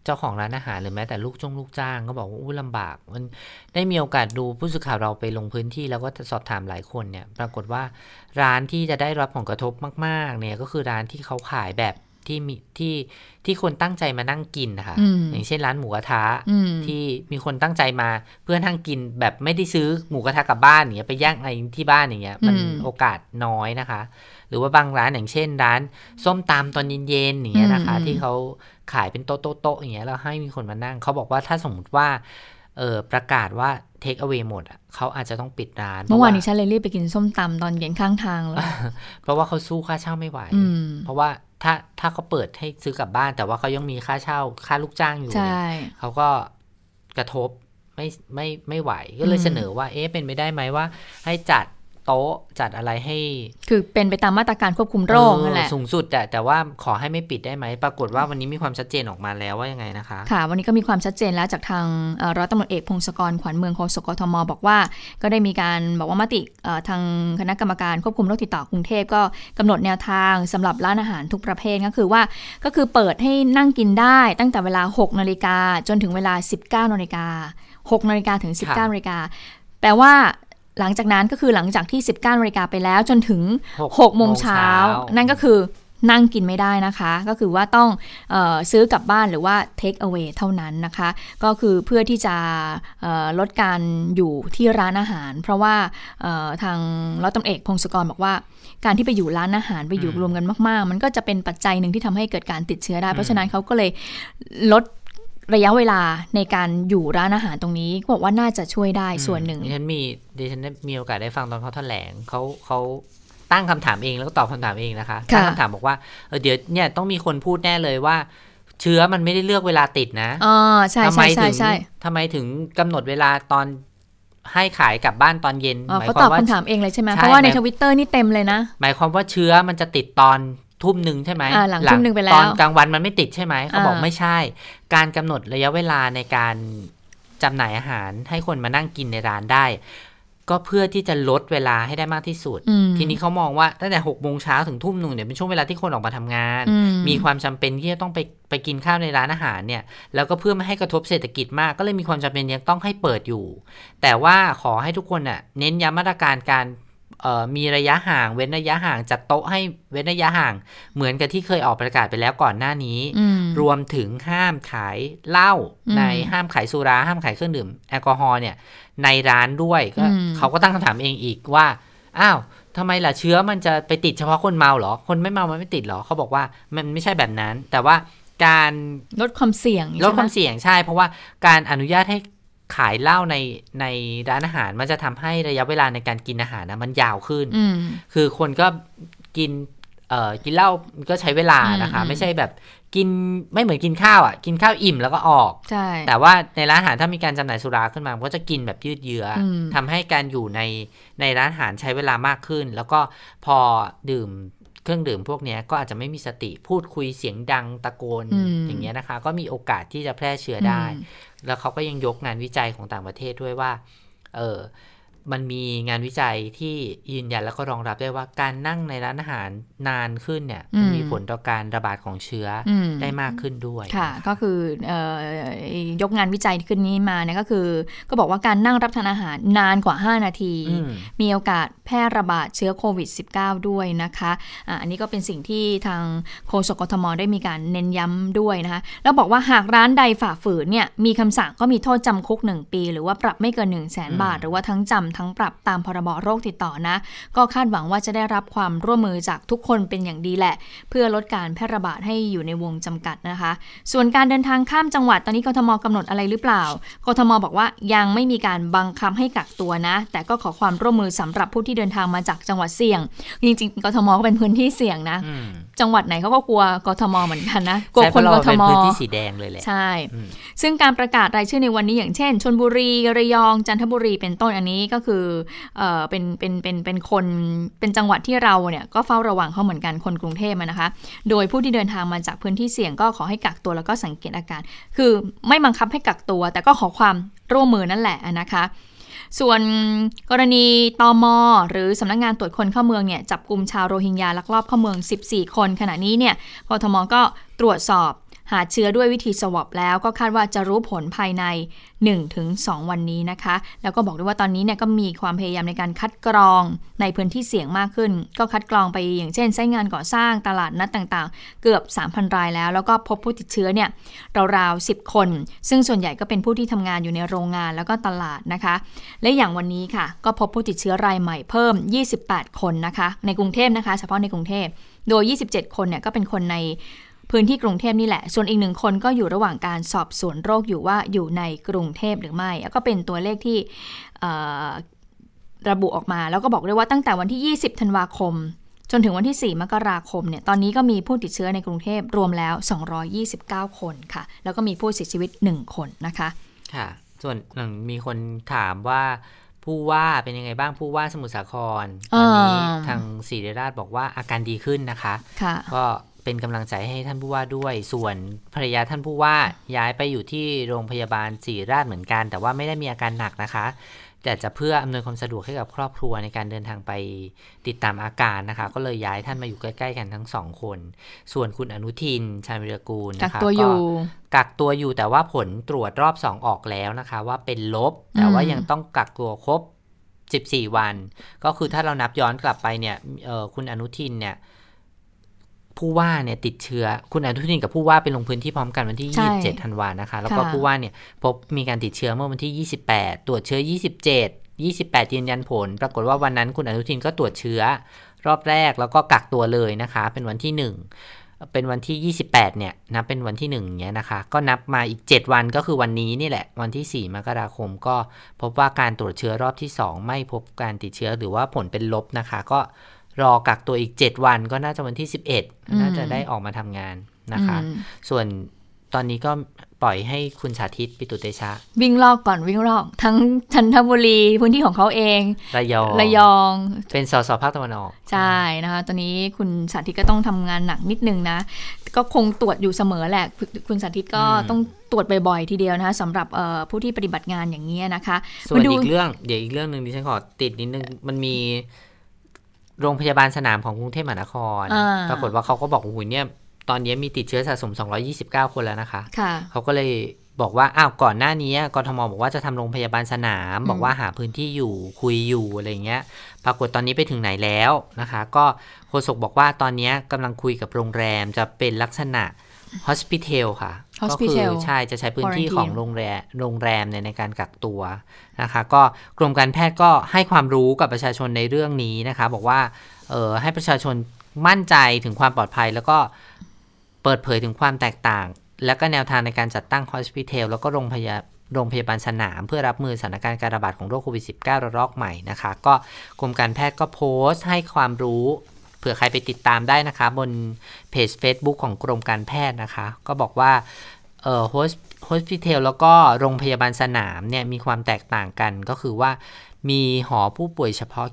Speaker 3: เจ้าของร้านอาหารหรือแม้แต่ลูกจ้างลูกจ้างก็บอกว่าอู้ลำบากมันได้มีโอกาสดูผู้สื่อข่าวเราไปลงพื้นที่แล้วก็สอบถามหลายคนเนี่ยปรากฏว่าร้านที่จะได้รับผลกระทบมากๆเนี่ยก็คือร้านที่เขาขายแบบที่มีที่ที่คนตั้งใจมานั่งกินนะคะ
Speaker 2: อ,
Speaker 3: อย่างเช่นร้านหมูกระทะ
Speaker 2: ม,
Speaker 3: ที่มีคนตั้งใจมาเพื่อนั่งกินแบบไม่ได้ซื้อหมูกระทะกลับบ้านอย่างเงี้ยไปย่างอะไรที่บ้านอย่างเงี้ยมันโอกาสน้อยนะคะหรือว่าบางร้านอย่างเช่นร้านส้มตำตอนเย็นๆอย่างเงี้ยนะคะที่เขาขายเป็นโต๊ะๆๆอย่างเงี้ยแล้วให้มีคนมานั่งเขาบอกว่าถ้าสมมติว่าเออประกาศว่าเทคเอาไว้หมดอ่ะเขาอาจจะต้องปิดร้าน
Speaker 2: เมื่อวานนี้ฉันเลยรีบไปกินส้มตำตอนเย็นข้างทางเลย
Speaker 3: เพราะว่าเขาสู้ค่าเช่าไม่ไหวเพราะว่าถ้าถ้าเขาเปิดให้ซื้อกลับบ้านแต่ว่าเขายังมีค่าเช่าค่าลูกจ้างอยู่เนี่ยเขาก็กระทบไม่ไม่ไม่ไหวก็เลยเสนอว่าเอ๊ะเป็นไม่ได้ไหมว่าให้จัดโต๊ะจัดอะไรให้
Speaker 2: คือเป็นไปตามมาตรการควบคุมโรคนั่นแหละ
Speaker 3: สูงสุดแต่แต่ว่าขอให้ไม่ปิดได้ไหมปรากฏว่าวันนี้มีความชัดเจนออกมาแล้วว่ายังไงนะคะ
Speaker 2: ค่ะวันนี้ก็มีความชัดเจนแล้วจากทางร้อยตำรวจเอกพงศกรขวัญเมืองโฆษก กทม.บอกว่าก็ได้มีการบอกว่ามติทางคณะกรรมการควบคุมโรคติดต่อกรุงเทพก็กำหนดแนวทางสำหรับร้านอาหารทุกประเภทก็คือว่าก็คือเปิดให้นั่งกินได้ตั้งแต่เวลา หกนาฬิกาจนถึงเวลา สิบเก้านาฬิกา หกนาฬิกาถึง สิบเก้านาฬิกาแปลว่าหลังจากนั้นก็คือหลังจากที่ สิบเก้านาฬิกาไปแล้วจนถึง หกโมงเช้านั่นก็คือนั่งกินไม่ได้นะคะก็คือว่าต้องเอ่อซื้อกลับบ้านหรือว่า take away เท่านั้นนะคะก็คือเพื่อที่จะเอ่อลดการอยู่ที่ร้านอาหารเพราะว่าเอ่อทางร้อยตำรวจเอกพงศกรบอกว่าการที่ไปอยู่ร้านอาหารไปอยู่รวมกันมากๆมันก็จะเป็นปัจจัยหนึ่งที่ทำให้เกิดการติดเชื้อได้เพราะฉะนั้นเขาก็เลยลดระยะเวลาในการอยู่ร้านอาหารตรงนี้บอกว่าน่าจะช่วยได้ส่วนหนึ่ง
Speaker 3: ดิฉันมีดิฉันได้มีโอกาสได้ฟังตอนเขาแถลงเขาเขาตั้งคำถามเองแล้วก็ตอบคำถามเองนะคะตั้งคำถามบอกว่าเออเดี๋ยวเนี่ยต้องมีคนพูดแน่เลยว่าเชื้อมันไม่ได้เลือกเวลาติดนะ
Speaker 2: อ๋อใช่ใช่ใช่ใช่
Speaker 3: ทำไมถึงกำหนดเวลาตอนให้ขายกลับบ้านตอนเย็น
Speaker 2: หมายความว่าเขาตอบคำถามเองเลยใช่ไหมเพราะว่าใน Twitter นี่เต็มเลยนะ
Speaker 3: หมายความว่าเชื้อมันจะติดตอนทุ่มหนึ่งใช่ไหม
Speaker 2: หลังทุ่มหนึ่งไปแล้ว
Speaker 3: ตอนกลางวันมันไม่ติดใช่ไหมเขาบอกไม่ใช่การกำหนดระยะเวลาในการจำหน่ายอาหารให้คนมานั่งกินในร้านได้ก็เพื่อที่จะลดเวลาให้ได้มากที่สุดทีนี้เขามองว่าตั้งแต่หกโมงเช้าถึงทุ่มหนึ่งเนี่ยเป็นช่วงเวลาที่คนออกมาทำงานมีความจำเป็นที่จะต้องไปไปกินข้าวในร้านอาหารเนี่ยแล้วก็เพื่อไม่ให้กระทบเศรษฐกิจมากก็เลยมีความจำเป็นยังต้องให้เปิดอยู่แต่ว่าขอให้ทุกคนน่ะเน้นย้ำมาตรการการมีระยะห่างเว้นระยะห่างจัดโต๊ะให้เว้นระยะห่างเหมือนกับที่เคยออกประกาศไปแล้วก่อนหน้านี้รวมถึงห้ามขายเหล้าในห้ามขายสุราห้ามขายเครื่องดื่มแอลกอฮอล์เนี่ยในร้านด้วยก็เขาก็ตั้งคำถามเองอีกว่าอ้าวทำไมล่ะเชื้อมันจะไปติดเฉพาะคนเมาเหรอคนไม่เมามันไม่ติดเหรอเขาบอกว่ามันไม่ใช่แบบนั้นแต่ว่าการ
Speaker 2: ลดความเสี่ยง
Speaker 3: ลดความเสี่ยงใช่เพราะว่าการอนุญาตให้ขายเหล้าในในร้านอาหารมันจะทำให้ระยะเวลาในการกินอาหารนะมันยาวขึ้นคือคนก็กินเอ่อกินเหล้าก็ใช้เวลานะคะไม่ใช่แบบกินไม่เหมือนกินข้าวอ่ะกินข้าวอิ่มแล้วก็ออก
Speaker 2: ใช่
Speaker 3: แต่ว่าในร้านอาหารถ้ามีการจำหน่ายสุราขึ้นมามันก็จะกินแบบยืดเยื้อทำให้การอยู่ในในร้านอาหารใช้เวลามากขึ้นแล้วก็พอดื่มเครื่องดื่มพวกนี้ก็อาจจะไม่มีสติพูดคุยเสียงดังตะโกน อ, อย่างเงี้ยนะคะก็มีโอกาสที่จะแพร่เชื้อได้แล้วเขาก็ยังยกงานวิจัยของต่างประเทศด้วยว่าเออมันมีงานวิจัยที่ยืนยันแล้วก็รองรับได้ว่าการนั่งในร้านอาหารนานขึ้นเนี่ยมันมีผลต่อการระบาดของเชื้อได้มากขึ้นด้วย
Speaker 2: ค่ะก็คือยกงานวิจัยขึ้นนี้มาเนี่ยก็คือก็บอกว่าการนั่งรับทานอาหารนานกว่าห้านาทีมีโอกาสแพร่ระบาดเชื้อโควิด สิบเก้า ด้วยนะคะอ่ะอันนี้ก็เป็นสิ่งที่ทางโฆษก กทม.ได้มีการเน้นย้ำด้วยนะคะแล้วบอกว่าหากร้านใดฝ่าฝืนเนี่ยมีคำสั่งก็มีโทษจำคุกหนึ่งปีหรือว่าปรับไม่เกิน หนึ่งแสน บาทหรือว่าทั้งจำทั้งปรับตามพรบโรคติดต่อนะก็คาดหวังว่าจะได้รับความร่วมมือจากทุกคนเป็นอย่างดีแหละเพื่อลดการแพร่ระบาดให้อยู่ในวงจำกัดนะคะส่วนการเดินทางข้ามจังหวัดตอนนี้กทม.กำหนดอะไรหรือเปล่ากทม.บอกว่ายังไม่มีการบังคับให้กักตัวนะแต่ก็ขอความร่วมมือสำหรับผู้ที่เดินทางมาจากจังหวัดเสี่ยงจริงๆกทม.ก็เป็นพื้นที่เสี่ยงนะจังหวัดไหนเขาก็กลัวกทม.เหมือนกันนะกลัวคนกทม.
Speaker 3: เป็นพื้นที่สีแดงเลยแหละ
Speaker 2: ใช่ซึ่งการประกาศรายชื่อในวันนี้อย่างเช่นชลบุรีระยองจันทบุรีเป็นต้นอันนี้ก็คือเอ่อเป็นเป็นเป็นเป็นคนเป็นจังหวัดที่เราเนี่ยก็เฝ้าระวังเขาเหมือนกันคนกรุงเทพนะคะโดยผู้ที่เดินทางมาจากพื้นที่เสี่ยงก็ขอให้กักตัวแล้วก็สังเกตอาการคือไม่บังคับให้กักตัวแต่ก็ขอความร่วมมือนั่นแหละนะคะส่วนกรณีตม.หรือสำนักงานตรวจคนเข้าเมืองเนี่ยจับกุมชาวโรฮิงญาลักลอบเข้าเมืองสิบสี่คนขณะนี้เนี่ยกทม.ก็ตรวจสอบหาเชื้อด้วยวิธีสวอปแล้วก็คาดว่าจะรู้ผลภายใน หนึ่งถึงสอง วันนี้นะคะแล้วก็บอกด้วยว่าตอนนี้เนี่ยก็มีความพยายามในการคัดกรองในพื้นที่เสี่ยงมากขึ้นก็คัดกรองไปอย่างเช่นไซต์งานก่อสร้างตลาดนัดต่างๆเกือบ สามพัน รายแล้วแล้วก็พบผู้ติดเชื้อเนี่ยราวๆสิบคนซึ่งส่วนใหญ่ก็เป็นผู้ที่ทำงานอยู่ในโรงงานแล้วก็ตลาดนะคะและอย่างวันนี้ค่ะก็พบผู้ติดเชื้อรายใหม่เพิ่มยี่สิบแปดคนนะคะในกรุงเทพนะคะเฉพาะในกรุงเทพโดยยี่สิบเจ็ดคนเนี่ยก็เป็นคนในพื้นที่กรุงเทพนี่แหละส่วนอีกหนึ่งคนก็อยู่ระหว่างการสอบสวนโรคอยู่ว่าอยู่ในกรุงเทพหรือไม่แล้วก็เป็นตัวเลขที่ระบุออกมาแล้วก็บอกด้วยว่าตั้งแต่วันที่ยี่สิบธันวาคมจนถึงวันที่สี่มกราคมเนี่ยตอนนี้ก็มีผู้ติดเชื้อในกรุงเทพรวมแล้วสองร้อยยี่สิบเก้าคนค่ะแล้วก็มีผู้เสียชีวิตหนึ่งคนนะคะ
Speaker 3: ค่ะส่วนมีคนถามว่าผู้ว่าเป็นยังไงบ้างผู้ว่าสมุทรสาครตอนนี้ทางศิริราชบอกว่าอาการดีขึ้นนะคะก็เป็นกำลังใจให้ท่านผู้ว่าด้วยส่วนภรรยาท่านผู้ว่าย้ายไปอยู่ที่โรงพยาบาลศิริราชเหมือนกันแต่ว่าไม่ได้มีอาการหนักนะคะแต่จะเพื่ออำนวยความสะดวกให้กับครอบครัวในการเดินทางไปติดตามอาการนะคะก็เลยย้ายท่านมาอยู่ใกล้ๆกันทั้งสองคนส่วนคุณอนุทินชาญวิรากูลนะคะ
Speaker 2: กักตัวอยู่
Speaker 3: กักตัวอยู่แต่ว่าผลตรวจรอบสองออกแล้วนะคะว่าเป็นลบแต่ว่ายังต้องกักตัวครบสิบสี่วันก็คือถ้าเรานับย้อนกลับไปเนี่ยเอ่อคุณอนุทินเนี่ยผู้ว่าเนี่ยติดเชื้อคุณอนุทินกับผู้ว่าไปลงพื้นที่พร้อมกันวันที่ยี่สิบเจ็ดธันวาคมนะคะแล้วก็ผู้ว่าเนี่ยพบมีการติดเชื้อเมื่อวันที่ยี่สิบแปดตรวจเชื้อยี่สิบเจ็ด ยี่สิบแปดยืนยันผลปรากฏว่าวันนั้นคุณอนุทินก็ตรวจเชื้อรอบแรกแล้วก็กักตัวเลยนะคะเป็นวันที่หนึ่งเป็นวันที่ยี่สิบแปดเนี่ยนับเป็นวันที่หนึ่งเงี้ยนะคะก็นับมาอีกเจ็ดวันก็คือวันนี้นี่แหละวันที่สี่มกราคมก็พบว่าการตรวจเชื้อรอบที่สองไม่พบการติดเชื้อหรือว่าผลเป็นลบนะคะก็รอกักตัวอีกเจ็ดวันก็น่าจะวันที่สิบเอ็ดน่าจะได้ออกมาทำงานนะคะส่วนตอนนี้ก็ปล่อยให้คุณสาธิตปิตุเตชะ
Speaker 2: วิ่งลอกก่อนวิ่งลอกทั้งจันทบุรีพื้นที่ของเขาเอง
Speaker 3: ระยอง
Speaker 2: ระยอง
Speaker 3: เป็นสสภาคตะวันออก
Speaker 2: ใช่นะคะตอนนี้คุณสาธิตก็ต้องทำงานหนักนิดนึงนะก็คงตรวจอยู่เสมอแหละคุณสาธิตก็ต้องตรวจบ่อยๆทีเดียวนะคะสำหรับผู้ที่ปฏิบัติงานอย่างนี้นะคะ
Speaker 3: ส่วนอีกเรื่องเดี๋ยวอีกเรื่องนึงดิฉันขอติดนิดนึงมันมีโรงพยาบาลสนามของกรุงเทพมหานครปรากฏว่าเขาก็บอกโอ้โหเนี่ยตอนนี้มีติดเชื้อสะสมสองร้อยยี่สิบเก้าคนแล้วนะคะเขาก็เลยบอกว่าอ้าวก่อนหน้านี้กทมบอกว่าจะทำโรงพยาบาลสนามบอกว่าหาพื้นที่อยู่คุยอยู่อะไรเงี้ยปรากฏตอนนี้ไปถึงไหนแล้วนะคะก็โฆษกบอกว่าตอนนี้กำลังคุยกับโรงแรมจะเป็นลักษณะ hospital ค่ะก็คือใช่จะใช้พื้นที่ของโรงแรมโรงแรมในในการกักตัวนะคะก็กรมการแพทย์ก็ให้ความรู้กับประชาชนในเรื่องนี้นะคะบอกว่าเอ่อให้ประชาชนมั่นใจถึงความปลอดภัยแล้วก็เปิดเผยถึงความแตกต่างและก็แนวทางในการจัดตั้ง hospital แล้วก็โรงพยาโรงพยาบาลสนามเพื่อรับมือสถานการณ์การระบาดของโรคโควิด สิบเก้า ระลอกใหม่นะคะก็กรมการแพทย์ก็โพสต์ให้ความรู้เผื่อใครไปติดตามได้นะคะบนเพจ Facebook ของกรมการแพทย์นะคะก็บอกว่าเอ่อ hospital แล้วก็โรงพยาบาลสนามเนี่ยมีความแตกต่างกันก็คือว่ามีหอผู้ป่วยเฉพาะ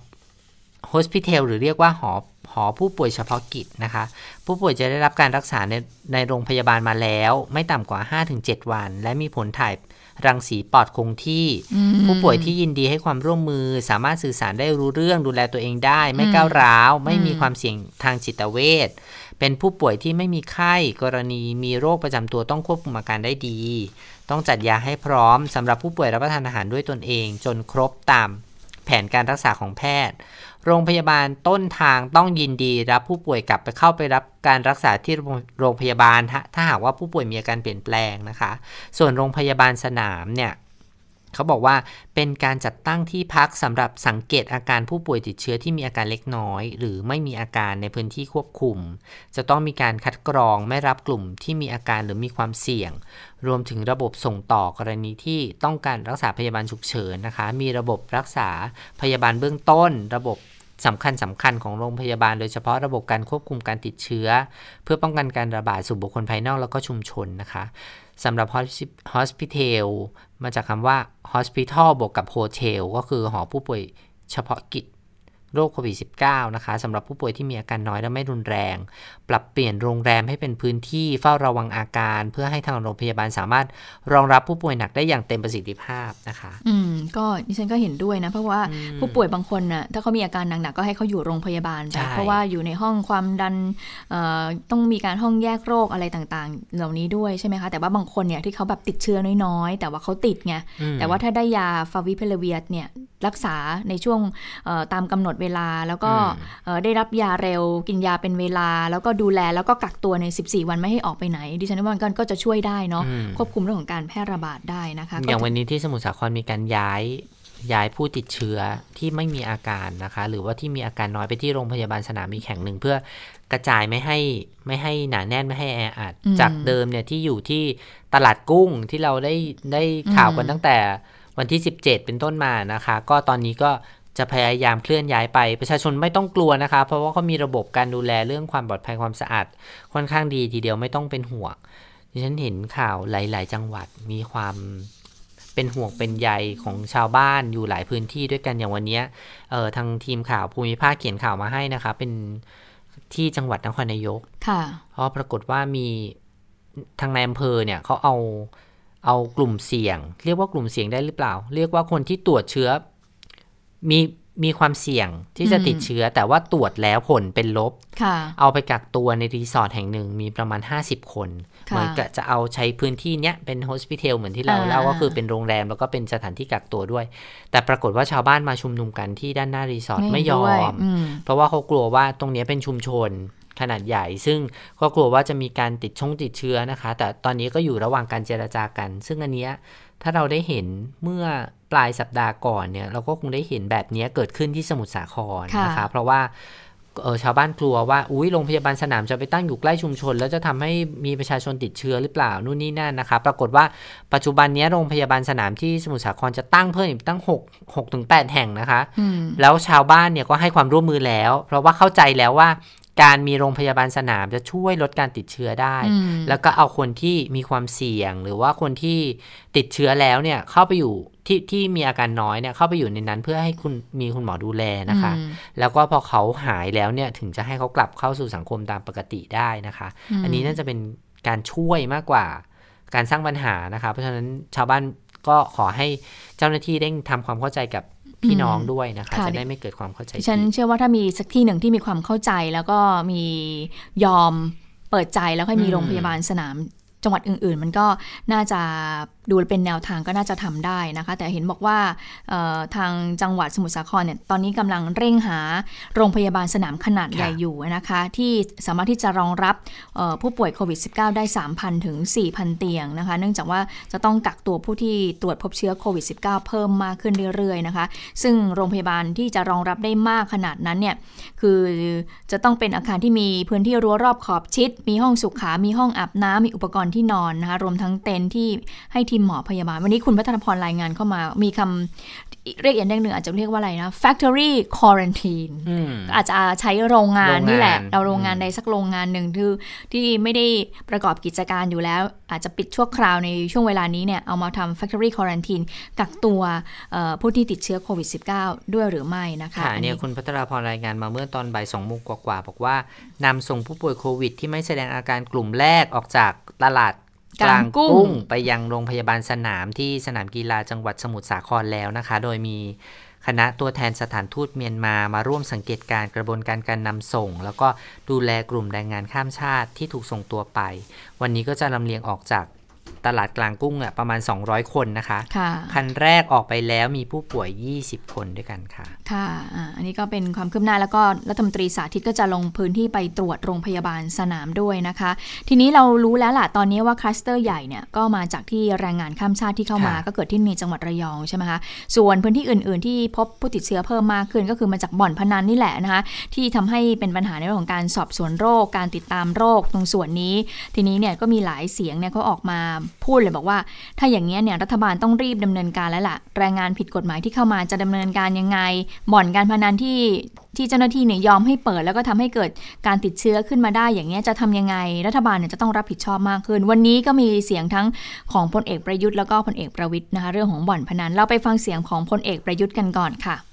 Speaker 3: hospital หรือเรียกว่าหอหอผู้ป่วยเฉพาะกิจนะคะผู้ป่วยจะได้รับการรักษาในในโรงพยาบาลมาแล้วไม่ต่ำกว่า ห้าถึงเจ็ด วันและมีผลถ่ายรังสีปอดคงที่ผู้ป่วยที่ยินดีให้ความร่วมมือสามารถสื่อสารได้รู้เรื่องดูแลตัวเองได้ไม่ก้าวร้าวไม่มีความเสี่ยงทางจิตเวชเป็นผู้ป่วยที่ไม่มีไข้กรณีมีโรคประจำตัวต้องควบคุมอาการได้ดีต้องจัดยาให้พร้อมสำหรับผู้ป่วยรับประทานอาหารด้วยตนเองจนครบตามแผนการรักษาของแพทย์โรงพยาบาลต้นทางต้องยินดีรับผู้ป่วยกลับไปเข้าไปรับการรักษาที่โรงพยาบาลถ้าหากว่าผู้ป่วยมีอาการเปลี่ยนแปลงนะคะส่วนโรงพยาบาลสนามเนี่ยเขาบอกว่าเป็นการจัดตั้งที่พักสำหรับสังเกตอาการผู้ป่วยติดเชื้อที่มีอาการเล็กน้อยหรือไม่มีอาการในพื้นที่ควบคุมจะต้องมีการคัดกรองไม่รับกลุ่มที่มีอาการหรือมีความเสี่ยงรวมถึงระบบส่งต่อกรณีที่ต้องการรักษาพยาบาลฉุกเฉินนะคะมีระบบรักษาพยาบาลเบื้องต้นระบบสำคัญสำคัญของโรงพยาบาลโดยเฉพาะระบบการควบคุมการติดเชื้อเพื่อป้องกันการระบาดสู่บุคคลภายนอกแล้วก็ชุมชนนะคะสำหรับ hospital มาจากคำว่า hospital บวกกับ hotel ก็คือหอผู้ป่วยเฉพาะกิจโรคโควิด สิบเก้า นะคะสำหรับผู้ป่วยที่มีอาการน้อยและไม่รุนแรงปรับเปลี่ยนโรงแรมให้เป็นพื้นที่เฝ้าระวังอาการเพื่อให้ทางโรงพยาบาลสามารถรองรับผู้ป่วยหนักได้อย่างเต็มประสิทธิภาพนะคะ
Speaker 2: อืมก็ดิฉันก็เห็นด้วยนะเพราะว่าผู้ป่วยบางคนน่ะถ้าเขามีอาการหนักๆก็ให้เขาอยู่โรงพยาบาลไปเพราะว่าอยู่ในห้องความดันเอ่อต้องมีการห้องแยกโรคอะไรต่างๆเหล่านี้ด้วยใช่ไหมคะแต่ว่าบางคนเนี่ยที่เขาแบบติดเชื้อน้อยๆแต่ว่าเขาติดไงแต่ว่าถ้าได้ยาฟาวิพิลาเวียสเนี่ยรักษาในช่วงตามกำหนดเวลาแล้วก็ได้รับยาเร็วกินยาเป็นเวลาแล้วก็ดูแลแล้วก็กักตัวในสิบสี่วันไม่ให้ออกไปไหนดิฉันว่ามันก็จะช่วยได้เนาะควบคุมเรื่องของการแพร่ระบาดได้นะคะ
Speaker 3: อย่างวันนี้ที่สมุทรสาครมีการย้ายย้ายผู้ติดเชื้อที่ไม่มีอาการนะคะหรือว่าที่มีอาการน้อยไปที่โรงพยาบาลสนามอีกแห่งหนึ่งเพื่อกระจายไม่ให้ไม่ให้หนาแน่นไม่ให้แออัดจากเดิมเนี่ยที่อยู่ที่ตลาดกุ้งที่เราได้ได้ข่าวกันตั้งแต่วันที่สิบเจ็ดเป็นต้นมานะคะก็ตอนนี้ก็จะพยายามเคลื่อนย้ายไปประชาชนไม่ต้องกลัวนะคะเพราะว่าเขามีระบบการดูแลเรื่องความปลอดภัยความสะอาดค่อนข้างดีทีเดียวไม่ต้องเป็นห่วงดิฉันเห็นข่าวหลายๆจังหวัดมีความเป็นห่วงเป็นใยของชาวบ้านอยู่หลายพื้นที่ด้วยกันอย่างวันนี้เอ่อทางทีมข่าวภูมิภาคเขียนข่าวมาให้นะคะเป็นที่จังหวัดนครนายกค่ะเพราะปรากฏว่ามีทางนายอำเภอเนี่ยเขาเอาเอากลุ่มเสี่ยงเรียกว่ากลุ่มเสี่ยงได้หรือเปล่าเรียกว่าคนที่ตรวจเชื้อมีมีความเสี่ยงที่จะติดเชื้อแต่ว่าตรวจแล้วผลเป็นลบเอาไปกักตัวในรีสอร์ทแห่งหนึ่งมีประมาณห้าสิบคนเหมือนกับจะเอาใช้พื้นที่เนี้ยเป็นโฮสพิทอลเหมือนที่เราเล่าก็คือเป็นโรงแรมแล้วก็เป็นสถานที่กักตัวด้วยแต่ปรากฏว่าชาวบ้านมาชุมนุมกันที่ด้านหน้ารีสอร์ทไม่ยอมเพราะว่าเขากลัวว่าตรงนี้เป็นชุมชนขนาดใหญ่ซึ่งก็กลัวว่าจะมีการติดชงติดเชื้อนะคะแต่ตอนนี้ก็อยู่ระหว่างการเจรจากันซึ่งอันเนี้ยถ้าเราได้เห็นเมื่อปลายสัปดาห์ก่อนเนี่ยเราก็คงได้เห็นแบบนี้เกิดขึ้นที่สมุทรสาครนะคะเพราะว่าเออชาวบ้านกลัวว่าอุ้ยโรงพยาบาลสนามจะไปตั้งอยู่ใกล้ชุมชนแล้วจะทำให้มีประชาชนติดเชื้อหรือเปล่านู่นนี่นั่นนะคะปรากฏว่าปัจจุบันนี้โรงพยาบาลสนามที่สมุทรสาครจะตั้งเพิ่มอีกตั้งหก หกถึงแปดแห่งนะคะแล้วชาวบ้านเนี่ยก็ให้ความร่วมมือแล้วเพราะว่าเข้าใจแล้วว่าการมีโรงพยาบาลสนามจะช่วยลดการติดเชื้อได้แล้วก็เอาคนที่มีความเสี่ยงหรือว่าคนที่ติดเชื้อแล้วเนี่ยเข้าไปอยู่ที่ที่มีอาการน้อยเนี่ยเข้าไปอยู่ในนั้นเพื่อให้คุณมีคุณหมอดูแลนะคะแล้วก็พอเขาหายแล้วเนี่ยถึงจะให้เขากลับเข้าสู่สังคมตามปกติได้นะคะ อ, อันนี้น่าจะเป็นการช่วยมากกว่าการสร้างปัญหานะคะเพราะฉะนั้นชาวบ้านก็ขอให้เจ้าหน้าที่เร่งทำความเข้าใจกับพี่น้องด้วยนะคะจะได้ไม่เกิดความเข้าใจผิดฉัน
Speaker 2: เชื่อว่าถ้ามีสักที่หนึ่งที่มีความเข้าใจแล้วก็มียอมเปิดใจแล้วก็มีโรงพยาบาลสนามจังหวัดอื่นๆมันก็น่าจะดูเป็นแนวทางก็น่าจะทำได้นะคะแต่เห็นบอกว่าทางจังหวัดสมุทรสาครเนี่ยตอนนี้กำลังเร่งหาโรงพยาบาลสนามขนาดใหญ่อยู่นะคะที่สามารถที่จะรองรับผู้ป่วยโควิด สิบเก้า ได้ สามพัน ถึง สี่พัน เตียงนะคะเนื่องจากว่าจะต้องกักตัวผู้ที่ตรวจพบเชื้อโควิด สิบเก้า เพิ่มมากขึ้นเรื่อยๆนะคะซึ่งโรงพยาบาลที่จะรองรับได้มากขนาดนั้นเนี่ยคือจะต้องเป็นอาคารที่มีพื้นที่รั้วรอบขอบชิดมีห้องสุขา มีห้องอาบน้ำมีอุปกรณ์ที่นอนนะคะรวมทั้งเต็นท์ที่ให้ทีมหมอพยาบาลวันนี้คุณพัฒนพรรายงานเข้ามามีคำเรียกอย่างหนึ่งอาจจะเรียกว่าอะไรนะ factory quarantine อาจจะใช้โรงงานนี่แหละเราโรงงานใดสักโรงงานหนึ่งที่ที่ไม่ได้ประกอบกิจการอยู่แล้วอาจจะปิดชั่วคราวในช่วงเวลานี้เนี่ยเอามาทำ factory quarantine กักตัวผู้ที่ติดเชื้อโควิด สิบเก้า ด้วยหรือไม่นะคะ
Speaker 3: อันนี้คุณพัฒนพรรายงานมาเมื่อตอนบ่ายสองโมงกว่าๆบอกว่านำส่งผู้ป่วยโควิดที่ไม่แสดงอาการกลุ่มแรกออกจากตลาดกลางกุ้งไปยังโรงพยาบาลสนามที่สนามกีฬาจังหวัดสมุทรสาครแล้วนะคะโดยมีคณะตัวแทนสถานทูตเมียนมามาร่วมสังเกตการกระบวนการการนำส่งแล้วก็ดูแลกลุ่มแรงงานข้ามชาติที่ถูกส่งตัวไปวันนี้ก็จะลำเลียงออกจากตลาดกลางกุ้งอ่ะประมาณสองร้อยคนนะคะคันแรกออกไปแล้วมีผู้ป่วยยี่สิบคนด้วยกันค่ะ
Speaker 2: ค่ะอันนี้ก็เป็นความคืบหน้าแล้วก็รัฐมนตรีสาธิตก็จะลงพื้นที่ไปตรวจโรงพยาบาลสนามด้วยนะคะทีนี้เรารู้แล้วล่ะตอนนี้ว่าคลัสเตอร์ใหญ่เนี่ยก็มาจากที่แรงงานข้ามชาติที่เข้ามาก็เกิดที่ในจังหวัดระยองใช่ไหมคะส่วนพื้นที่อื่นๆที่พบผู้ติดเชื้อเพิ่มมากขึ้นก็คือมาจากบ่อนพนันนี่แหละนะคะที่ทำให้เป็นปัญหาในเรื่องของการสอบสวนโรคการติดตามโรคตรงส่วนนี้ทีนี้เนี่ยก็มีหลายเสียงเนี่ยเขาออกมาพูดเลยบอกว่าถ้าอย่างนี้เนี่ยรัฐบาลต้องรีบดำเนินการแล้วล่ะแรงงานผิดกฎหมายที่เข้ามาจะดำเนินการยังไงบ่อนการพนันที่ที่เจ้าหน้าที่เนี่ยยอมให้เปิดแล้วก็ทำให้เกิดการติดเชื้อขึ้นมาได้อย่างนี้จะทำยังไงรัฐบาลเนี่ยจะต้องรับผิดชอบมากขึ้นวันนี้ก็มีเสียงทั้งของพลเอกประยุทธ์แล้วก็พลเอกประวิตรนะคะเรื่องของบ่อนพนันเราไปฟังเสียงของพลเอกประยุทธ์กันก่อนค่ะ
Speaker 4: ก็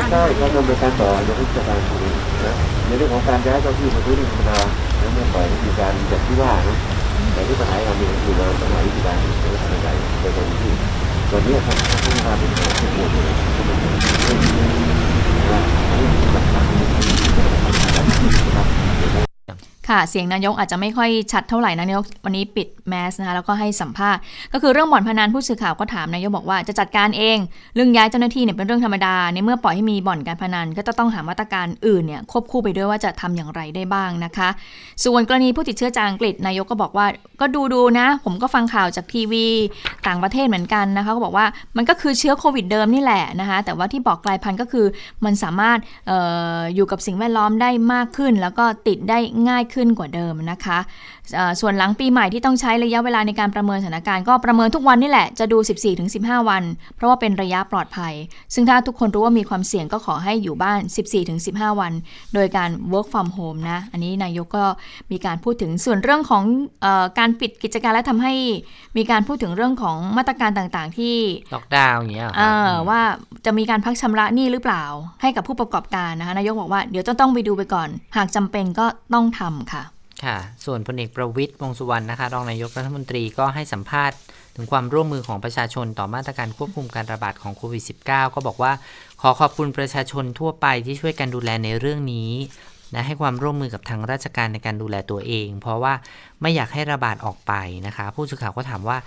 Speaker 4: ใช่ก็ดำเนินการต่อโดยราชการนะในเรื่องของการย้ายเจ้าที่มาพื้นที่ธรรมดาแล้วเมื่อปล่อยมีการแบบที่ว่านะแต่ที่ปัญหาเรามีอยู่เราต้องหาวิธีการในการทำอะไรในตรงที่ตอนนี้ครับผู้การเป็นของผู้ป่วยเลยที่มันเป็นเรื่องที่นะอันนี้หลักฐานนะครับ
Speaker 2: ค่ะเสียงนายกอาจจะไม่ค่อยชัดเท่าไหร่นะนายกวันนี้ปิดแมสนะคะแล้วก็ให้สัมภาษณ์ก็คือเรื่องบ่อนพนันผู้สื่อข่าวก็ถามนายกบอกว่าจะจัดการเองเรื่องย้ายเจ้าหน้าที่เนี่ยเป็นเรื่องธรรมดาในเมื่อปล่อยให้มีบ่อนการพนันก็จะต้องหามาตรการอื่นเนี่ยควบคู่ไปด้วยว่าจะทำอย่างไรได้บ้างนะคะส่วนกรณีผู้ติดเชื้อจากอังกฤษนายกก็บอกว่าก็ดูดูนะผมก็ฟังข่าวจากทีวีต่างประเทศเหมือนกันนะคะก็บอกว่ามันก็คือเชื้อโควิดเดิมนี่แหละนะคะแต่ว่าที่บอกกลายพันธุ์ก็คือมันสามารถ อ, อ, อยู่กับสิ่งแวดล้อมได้มากขึ้นแล้วก็ติดได้ง่ายขึ้นกว่าเดิมนะคะส่วนหลังปีใหม่ที่ต้องใช้ระยะเวลาในการประเมินสถานการณ์ก็ประเมินทุกวันนี่แหละจะดู สิบสี่ถึงสิบห้า วันเพราะว่าเป็นระยะปลอดภัยซึ่งถ้าทุกคนรู้ว่ามีความเสี่ยงก็ขอให้อยู่บ้าน สิบสี่ถึงสิบห้า วันโดยการ work from home นะอันนี้นายกก็มีการพูดถึงส่วนเรื่องของเอ่อการปิดกิจการและทำให้มีการพูดถึงเรื่องของมาตรการต่างๆที่
Speaker 3: ล็อกดาวน์อย่างเงี้ย
Speaker 2: ว่าจะมีการพักชำระหนี้หรือเปล่าให้กับผู้ประกอบการนะคะนายกบอกว่าเดี๋ยวจะต้องไปดูไปก่อนหากจำเป็นก็ต้องทำค่ะ
Speaker 3: ค่ะส่วนพลเอกประวิตรวงษ์สุวรรณนะคะรองนายกรัฐมนตรีก็ให้สัมภาษณ์ถึงความร่วมมือของประชาชนต่อมาตรการควบคุมการระบาดของโควิด สิบเก้า ก็บอกว่าขอขอบคุณประชาชนทั่วไปที่ช่วยกันดูแลในเรื่องนี้และให้ความร่วมมือกับทางราชการในการดูแลตัวเองเพราะว่าไม่อยากให้ระบาดออกไปนะคะผู้สื่อข่าวก็ถามว่า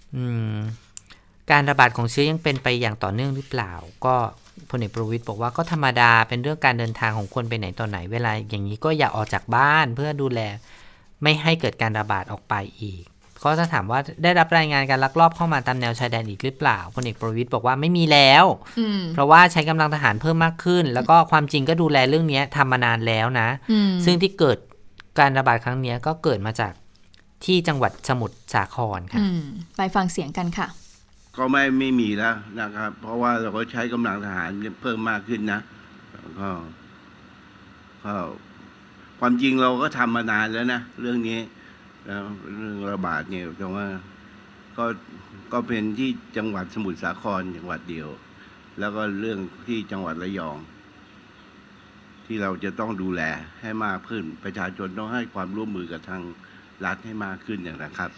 Speaker 3: การระบาดของเชื้อยังเป็นไปอย่างต่อเนื่องหรือเปล่าก็พลเอกประวิตรบอกว่าก็ธรรมดาเป็นเรื่องการเดินทางของคนไปไหนต่อไหนเวลาอย่างนี้ก็อย่าออกจากบ้านเพื่อดูแลไม่ให้เกิดการระบาดออกไปอีกก็ถ้าถามว่าได้รับรายงานการลักลอบเข้ามาตามแนวชายแดนอีกหรือเปล่าพลเอกประวิตรบอกว่าไม่มีแล้วเพราะว่าใช้กำลังทหารเพิ่มมากขึ้นแล้วก็ความจริงก็ดูแลเรื่องนี้ทำมานานแล้วนะซึ่งที่เกิดการระบาดครั้งนี้ก็เกิดมาจากที่จังหวัดสมุทรสาครค่ะ
Speaker 2: ไปฟังเสียงกันค่ะ
Speaker 5: ก็ไม่ไม่มีแล้วนะครับเพราะว่าเราก็ใช้กำลังทหารเพิ่มมากขึ้นนะก็ก็ความจริงเราก็ทำมานานแล้วนะเรื่องนี้แล้วเรื่องระบาดเนี่ยแต่ว่าก็ก็เป็นที่จังหวัดสมุทรสาครจังหวัดเดียวแล้วก็เรื่องที่จังหวัดระยองที่เราจะต้องดูแลให้มากขึ้นประชาชนต้องให้ความร่วมมือกับทางรัฐให้มากขึ้นอย่างนะครับ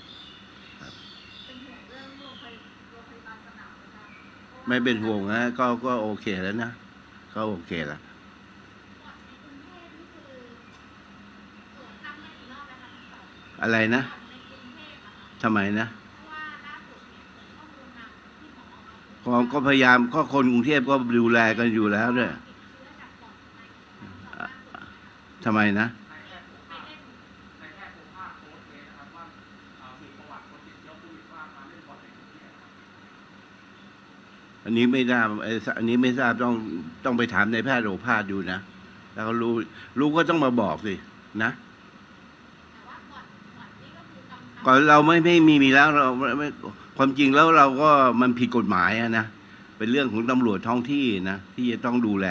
Speaker 5: ไม่เป็นห่วงนะก็ก็โอเคแล้วนะก็โอเคแล้วอะไรนะทำไมนะผมก็พยายามก็คนกรุงเทพก็ดูแลกันอยู่แล้วด้วยทำไมนะอันนี้ไม่ทราบอันนี้ไม่ทราบต้องต้องไปถามในแพทย์โอภาสดูนะแล้วก็รู้รู้ก็ต้องมาบอกสินะก่อนเราไม่ไม่มีมีแล้วเราไม่ความจริงแล้วเราก็มันผิดกฎหมายนะเป็นเรื่องของตำรวจท้องที่นะที่จะต้องดูแล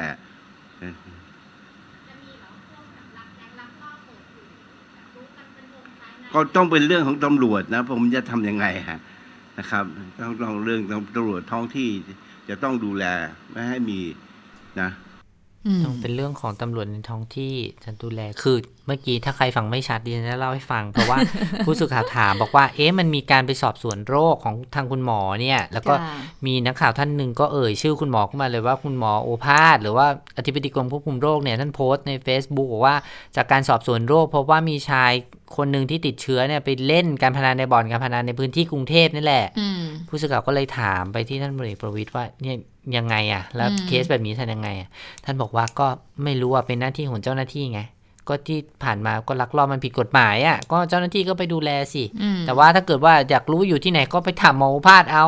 Speaker 5: ก็ต้องเป็นเรื่องของตำรวจนะผมจะทำยังไงฮะนะครับต้องต้องเรื่องตำรวจท้องที่จะต้องดูแลไม่ให้มีนะ
Speaker 3: ต้องเป็นเรื่องของตำรวจในท้องที่จะดูแลคือเมื่อกี้ถ้าใครฟังไม่ชัดดิฉันจะเล่าให้ฟังเพราะว่า ผู้สื่อข่าวถามบอกว่าเอ๊ะมันมีการไปสอบสวนโรคของทางคุณหมอเนี่ยแล้วก็มีนักข่าวท่านหนึ่งก็เอ่ยชื่อคุณหมอขึ้นมาเลยว่าคุณหมอโอภาสหรือว่าอธิบดีกรมควบคุมโรคเนี่ยท่านโพสต์ใน Facebook บอกว่าจากการสอบสวนโรคพบว่ามีชายคนหนึ่งที่ติดเชื้อเนี่ยไปเล่นการพนันในบ่อนการพนันในพื้นที่กรุงเทพนี่แหละผู้สื่อข่าวก็เลยถามไปที่ท่านพลเอกประวิตรว่าเนี่ยยังไงอ่ะแล้วเคสแบบนี้ทำยังไงอ่ะท่านบอกว่าก็ไม่รู้ว่าเป็นหน้าที่ของเจ้าหน้าที่ไงก็ที่ผ่านมาก็ลักลอบมันผิดกฎหมายอ่ะก็เจ้าหน้าที่ก็ไปดูแลสิแต่ว่าถ้าเกิดว่าอยากรู้อยู่ที่ไหนก็ไปถามหมอโอภาสเอา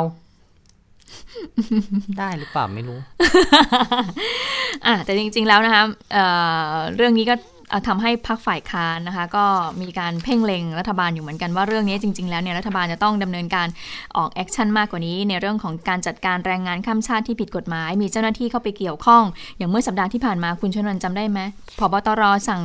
Speaker 3: ได้หรือเปล่าไม่รู้
Speaker 2: อ่ะแต่จริงๆแล้วนะคะเอ่อเรื่องนี้ก็ทำให้พรรคฝ่ายค้านนะคะก็มีการเพ่งเล็งรัฐบาลอยู่เหมือนกันว่าเรื่องนี้จริงๆแล้วเนี่ยรัฐบาลจะต้องดำเนินการออกแอคชั่นมากกว่านี้ในเรื่องของการจัดการแรงงานข้ามชาติที่ผิดกฎหมายมีเจ้าหน้าที่เข้าไปเกี่ยวข้องอย่างเมื่อสัปดาห์ที่ผ่านมาคุณชนวนจำได้ไหมผบตรสั่ง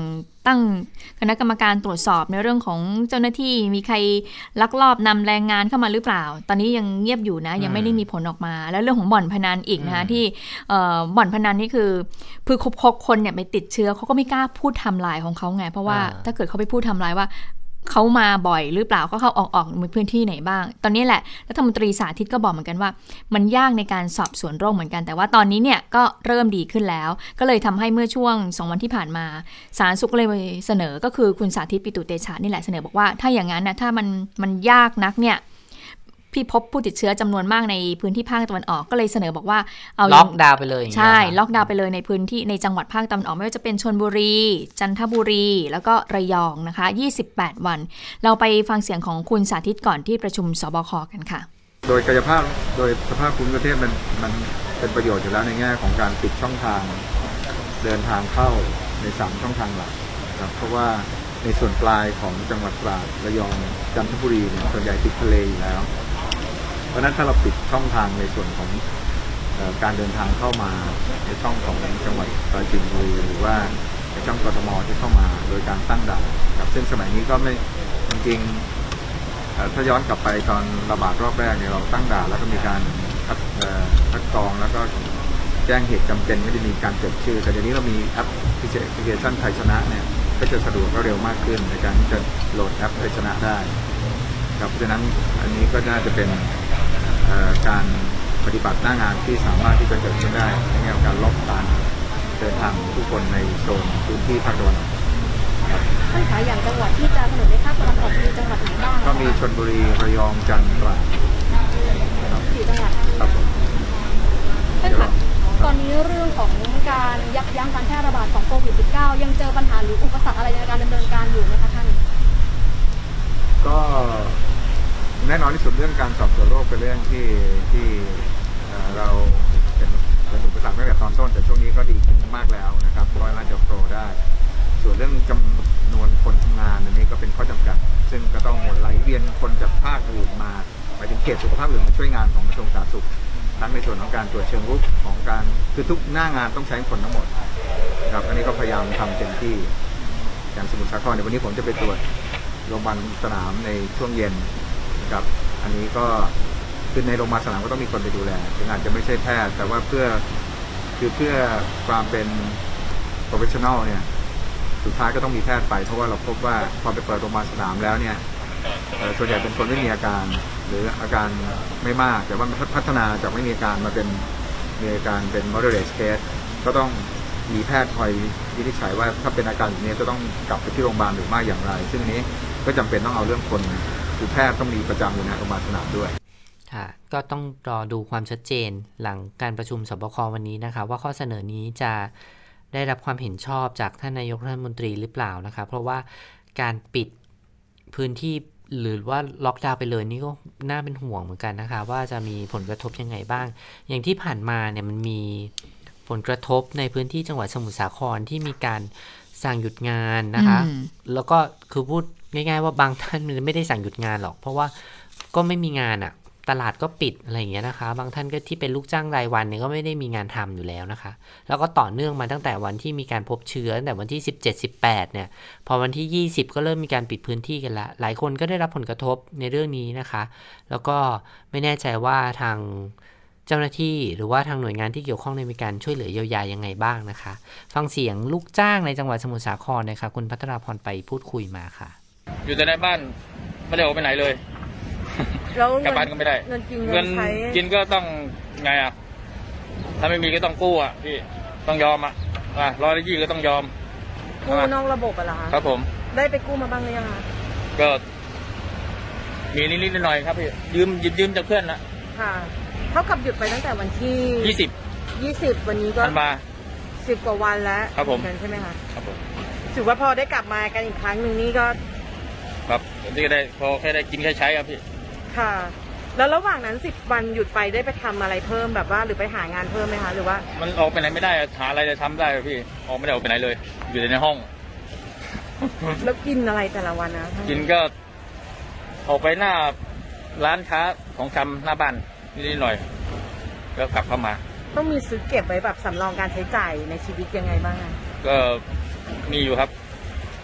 Speaker 2: ตั้งคณะกรรมการตรวจสอบในเรื่องของเจ้าหน้าที่มีใครลักลอบนำแรงงานเข้ามาหรือเปล่าตอนนี้ยังเงียบอยู่นะยังไม่ได้มีผลออกมาแล้วเรื่องของบ่อนพนันอีกนะคะที่บ่อนพนันนี่คือคือคบคนเนี่ยไปติดเชื้อเขาก็ไม่กล้าพูดไทม์ไลน์ของเขาไงเพราะว่าถ้าเกิดเขาไปพูดไทม์ไลน์ว่าเขามาบ่อยหรือเปล่าเขาเข้าออกออกในพื้นที่ไหนบ้างตอนนี้แหละรัฐมนตรีสาธิตก็บอกเหมือนกันว่ามันยากในการสอบสวนโรคเหมือนกันแต่ว่าตอนนี้เนี่ยก็เริ่มดีขึ้นแล้วก็เลยทำให้เมื่อช่วงสองวันที่ผ่านมาสาธารณสุขเลยเสนอก็คือคุณสาธิตปิตุเตชะนี่แหละเสนอบอกว่าถ้าอย่างนั้นนะถ้ามันมันยากนักเนี่ยพี่พบผู้ติดเชื้อจำนวนมากในพื้นที่ภาคตะวันออกก็เลยเสนอบอกว่าเอา
Speaker 3: ล็อกดาวน์ไปเลย
Speaker 2: ใช่ล็อกดาวน์ไปเลยในพื้นที่ในจังหวัดภาคตะวันออกไม่ว่าจะเป็นชลบุรีจันทบุรีแล้วก็ระยองนะคะยี่สิบแปดวันเราไปฟังเสียงของคุณสาธิตก่อนที่ประชุมสบคกันค่ะ
Speaker 6: โดยกายภาพโดยสภาพภูมิประเทศมันมันเป็นประโยชน์อยู่แล้วในแง่ของการปิดช่องทางเดินทางเข้าในสามช่องทางหลักนะครับเพราะว่าในส่วนปลายของจังหวัดตราดระยองจันทบุรีเนี่ยส่วนใหญ่ติดทะเลอยู่แล้วเพราะนั้นถ้าเราปิดช่องทางในส่วนของเอ่อการเดินทางเข้ามาในช่องของจังหวัดปราจีนบุรีหรือว่าในช่องกทมที่เข้ามาโดยการตั้งด่านครับซึ่งสมัยนี้ก็ไม่จริงๆถ้าย้อนกลับไปตอนระบาดรอบแรกเนี่ยเราตั้งด่านแล้วก็มีการคัดคัดกรองแล้วก็แจ้งเหตุจำเป็นไม่ได้มีการจดชื่อแต่เดี๋ยวนี้เรามีแอปพลิเคชันไทยชนะเนี่ยก็จะสะดวกและเร็วมากขึ้นในการที่จะโหลดแอปไทยชนะได้ครับเพราะฉะนั้นอันนี้ก็น่าจะเป็นการปฏิบัติหน้างานที่สามารถที่จะเกิดขึ้นได้ในแง่ของการล็อกการเดินทางของผู้คนในโซนพื้นที่ภาคตะวันออก
Speaker 7: ท่านคะอย่างจังหวัดที่จะถนนในภาคตะวันออกมีจังหวัดไหนบ้าง
Speaker 6: ก็มีชลบุรีระยองจันทร์ตราด
Speaker 7: สี่จังหวัด
Speaker 6: ครับผม
Speaker 7: ท่านคะตอนนี้เรื่องของการยับยั้งการแพร่ระบาดของโควิด สิบเก้า ยังเจอปัญหาหรืออุปสรรคอะไรในการดำเนินการอยู่ไหมคะท่าน
Speaker 6: ก็แน่นอนที่สุดเรื่องการสอบสวนโรคเป็นเรื่องที่ที่เราเป็นเป็นอุปสรรคตั้งแต่ตอนต้นแต่ช่วงนี้ก็ดีขึ้นมากแล้วนะครับร้อยล้านจะโปรได้ส่วนเรื่องจำนวนคนทำงานอันนี้ก็เป็นข้อจำกัดซึ่งก็ต้องหมดไหลเวียนคนจากภาคอื่นมาไปถึงเขตสุขภาพอื่นมาช่วยงานของกระทรวงสาธารณสุขทั้งในส่วนของการตรวจเชิงรุกของการคือทุกหน้างานต้องใช้คนทั้งหมดครับอันนี้ก็พยายามทำเต็มที่อย่างสมุทรสาครในวันนี้ผมจะไปตรวจโรงพยาบาลสนามในช่วงเย็นนะครับอันนี้ก็คือในโรงพยาบาลสนามก็ต้องมีคนไปดูแลถึงอาจจะไม่ใช่แพทย์แต่ว่าเพื่อคือเพื่อความเป็น professional เนี่ยสุดท้ายก็ต้องมีแพทย์ไปเพราะว่าเราพบว่าพอไปเปิดโรงพยาบาลสนามแล้วเนี่ยส่วนใหญ่เป็นคนไม่มีอาการหรืออาการไม่มากแต่ว่าพัฒนาจากไม่มีอาการมาเป็นมีอาการเป็น moderate case ก็ต้องมีแพทย์คอยวินิจฉัยว่าถ้าเป็นอาการอย่างนี้จะต้องกลับไปที่โรงพยาบาลหรือไม่อย่างไรซึ่งอันนี้ก็จำเป็นต้องเอาเรื่องคนคือแพทย์ต้องมีประจำอยู่ในโรงพยาบาลสนามด้วย
Speaker 3: ค่ะก็ต้องรอดูความชัดเจนหลังการประชุมสบควันนี้นะคะว่าข้อเสนอนี้จะได้รับความเห็นชอบจากท่านนายกรัฐมนตรีหรือเปล่านะคะเพราะว่าการปิดพื้นที่หรือว่าล็อกดาวน์ไปเลยนี่ก็น่าเป็นห่วงเหมือนกันนะคะว่าจะมีผลกระทบยังไงบ้างอย่างที่ผ่านมาเนี่ยมันมีผลกระทบในพื้นที่จังหวัดสมุทรสาครที่มีการสั่งหยุดงานนะคะแล้วก็คือพูดง่ายๆว่าบางท่านไม่ได้สั่งหยุดงานหรอกเพราะว่าก็ไม่มีงานอะตลาดก็ปิดอะไรอย่างเงี้ยนะคะบางท่านก็ที่เป็นลูกจ้างรายวันเนี่ยก็ไม่ได้มีงานทำอยู่แล้วนะคะแล้วก็ต่อเนื่องมาตั้งแต่วันที่มีการพบเชื้อตั้งแต่วันที่สิบเจ็ด สิบแปดเนี่ยพอวันที่ยี่สิบก็เริ่มมีการปิดพื้นที่กันละหลายคนก็ได้รับผลกระทบในเรื่องนี้นะคะแล้วก็ไม่แน่ใจว่าทางเจ้าหน้าที่หรือว่าทางหน่วยงานที่เกี่ยวข้องในมีการช่วยเหลือเยียวยายังไงบ้างนะคะฟังเสียงลูกจ้างในจังหวัดสมุทรสาครนะคะคุณพัทราพรไปพูดคุยมาค่ะ
Speaker 8: อยู่แต่ในบ้านไม่ได้ออกไปไหนเลยกลับบ้านก็ไม่ได้เงินกินก็ต้องไงอ่ะถ้าไม่มีก็ต้องกู้อ่ะพี่ต้องยอมอ่ะอ่ะร้อยละยี่ก็ต้องยอม
Speaker 7: กู้นอกระบบอ่ะเหรอคะ
Speaker 8: ครับผม
Speaker 7: ได้ไปกู้มาบ้างหรือยังคะ
Speaker 8: ก็มีนิดๆหน่อยๆครับพี่ยืมยืมยืมจากเพื่อนนะ
Speaker 7: ค่ะเท่ากับหยุดไปตั้งแต่วันที่
Speaker 8: ยี่สิบ
Speaker 7: ยี่สิบวันนี้ก็
Speaker 8: มา
Speaker 7: สิบกว่าวันแล้ว
Speaker 8: ครับผม
Speaker 7: ใช่ไหมคะ
Speaker 8: ครับผม
Speaker 7: ถือว่าพอได้กลับมากันอีกครั้งหนึ่งนี่ก็
Speaker 8: ครับที่ได้พอแค่ได้กินแค่ใช้ครับพี่
Speaker 7: ค่ะแล้วระหว่างนั้นสิบวันหยุดไปได้ไปทำอะไรเพิ่มแบบว่าหรือไปหางานเพิ่มไหมคะหรือว่า
Speaker 8: มันออกไปไหนไม่ได้หาอะไรจะทำได้พี่ออกไม่ได้ออกไปไหนเลยอยู่ในห้อง
Speaker 7: แล้วกินอะไรแต่ละวันนะ
Speaker 8: กินก็ออกไปหน้าร้านค้าของชำหน้าบ้านนิดหน่อยแล้วกลับเข้ามา
Speaker 7: ต้องมีซื้อเก็บไว้แบบสำรองการใช้จ่ายในชีวิตยังไงบ้าง
Speaker 8: ก็มีอยู่ครับ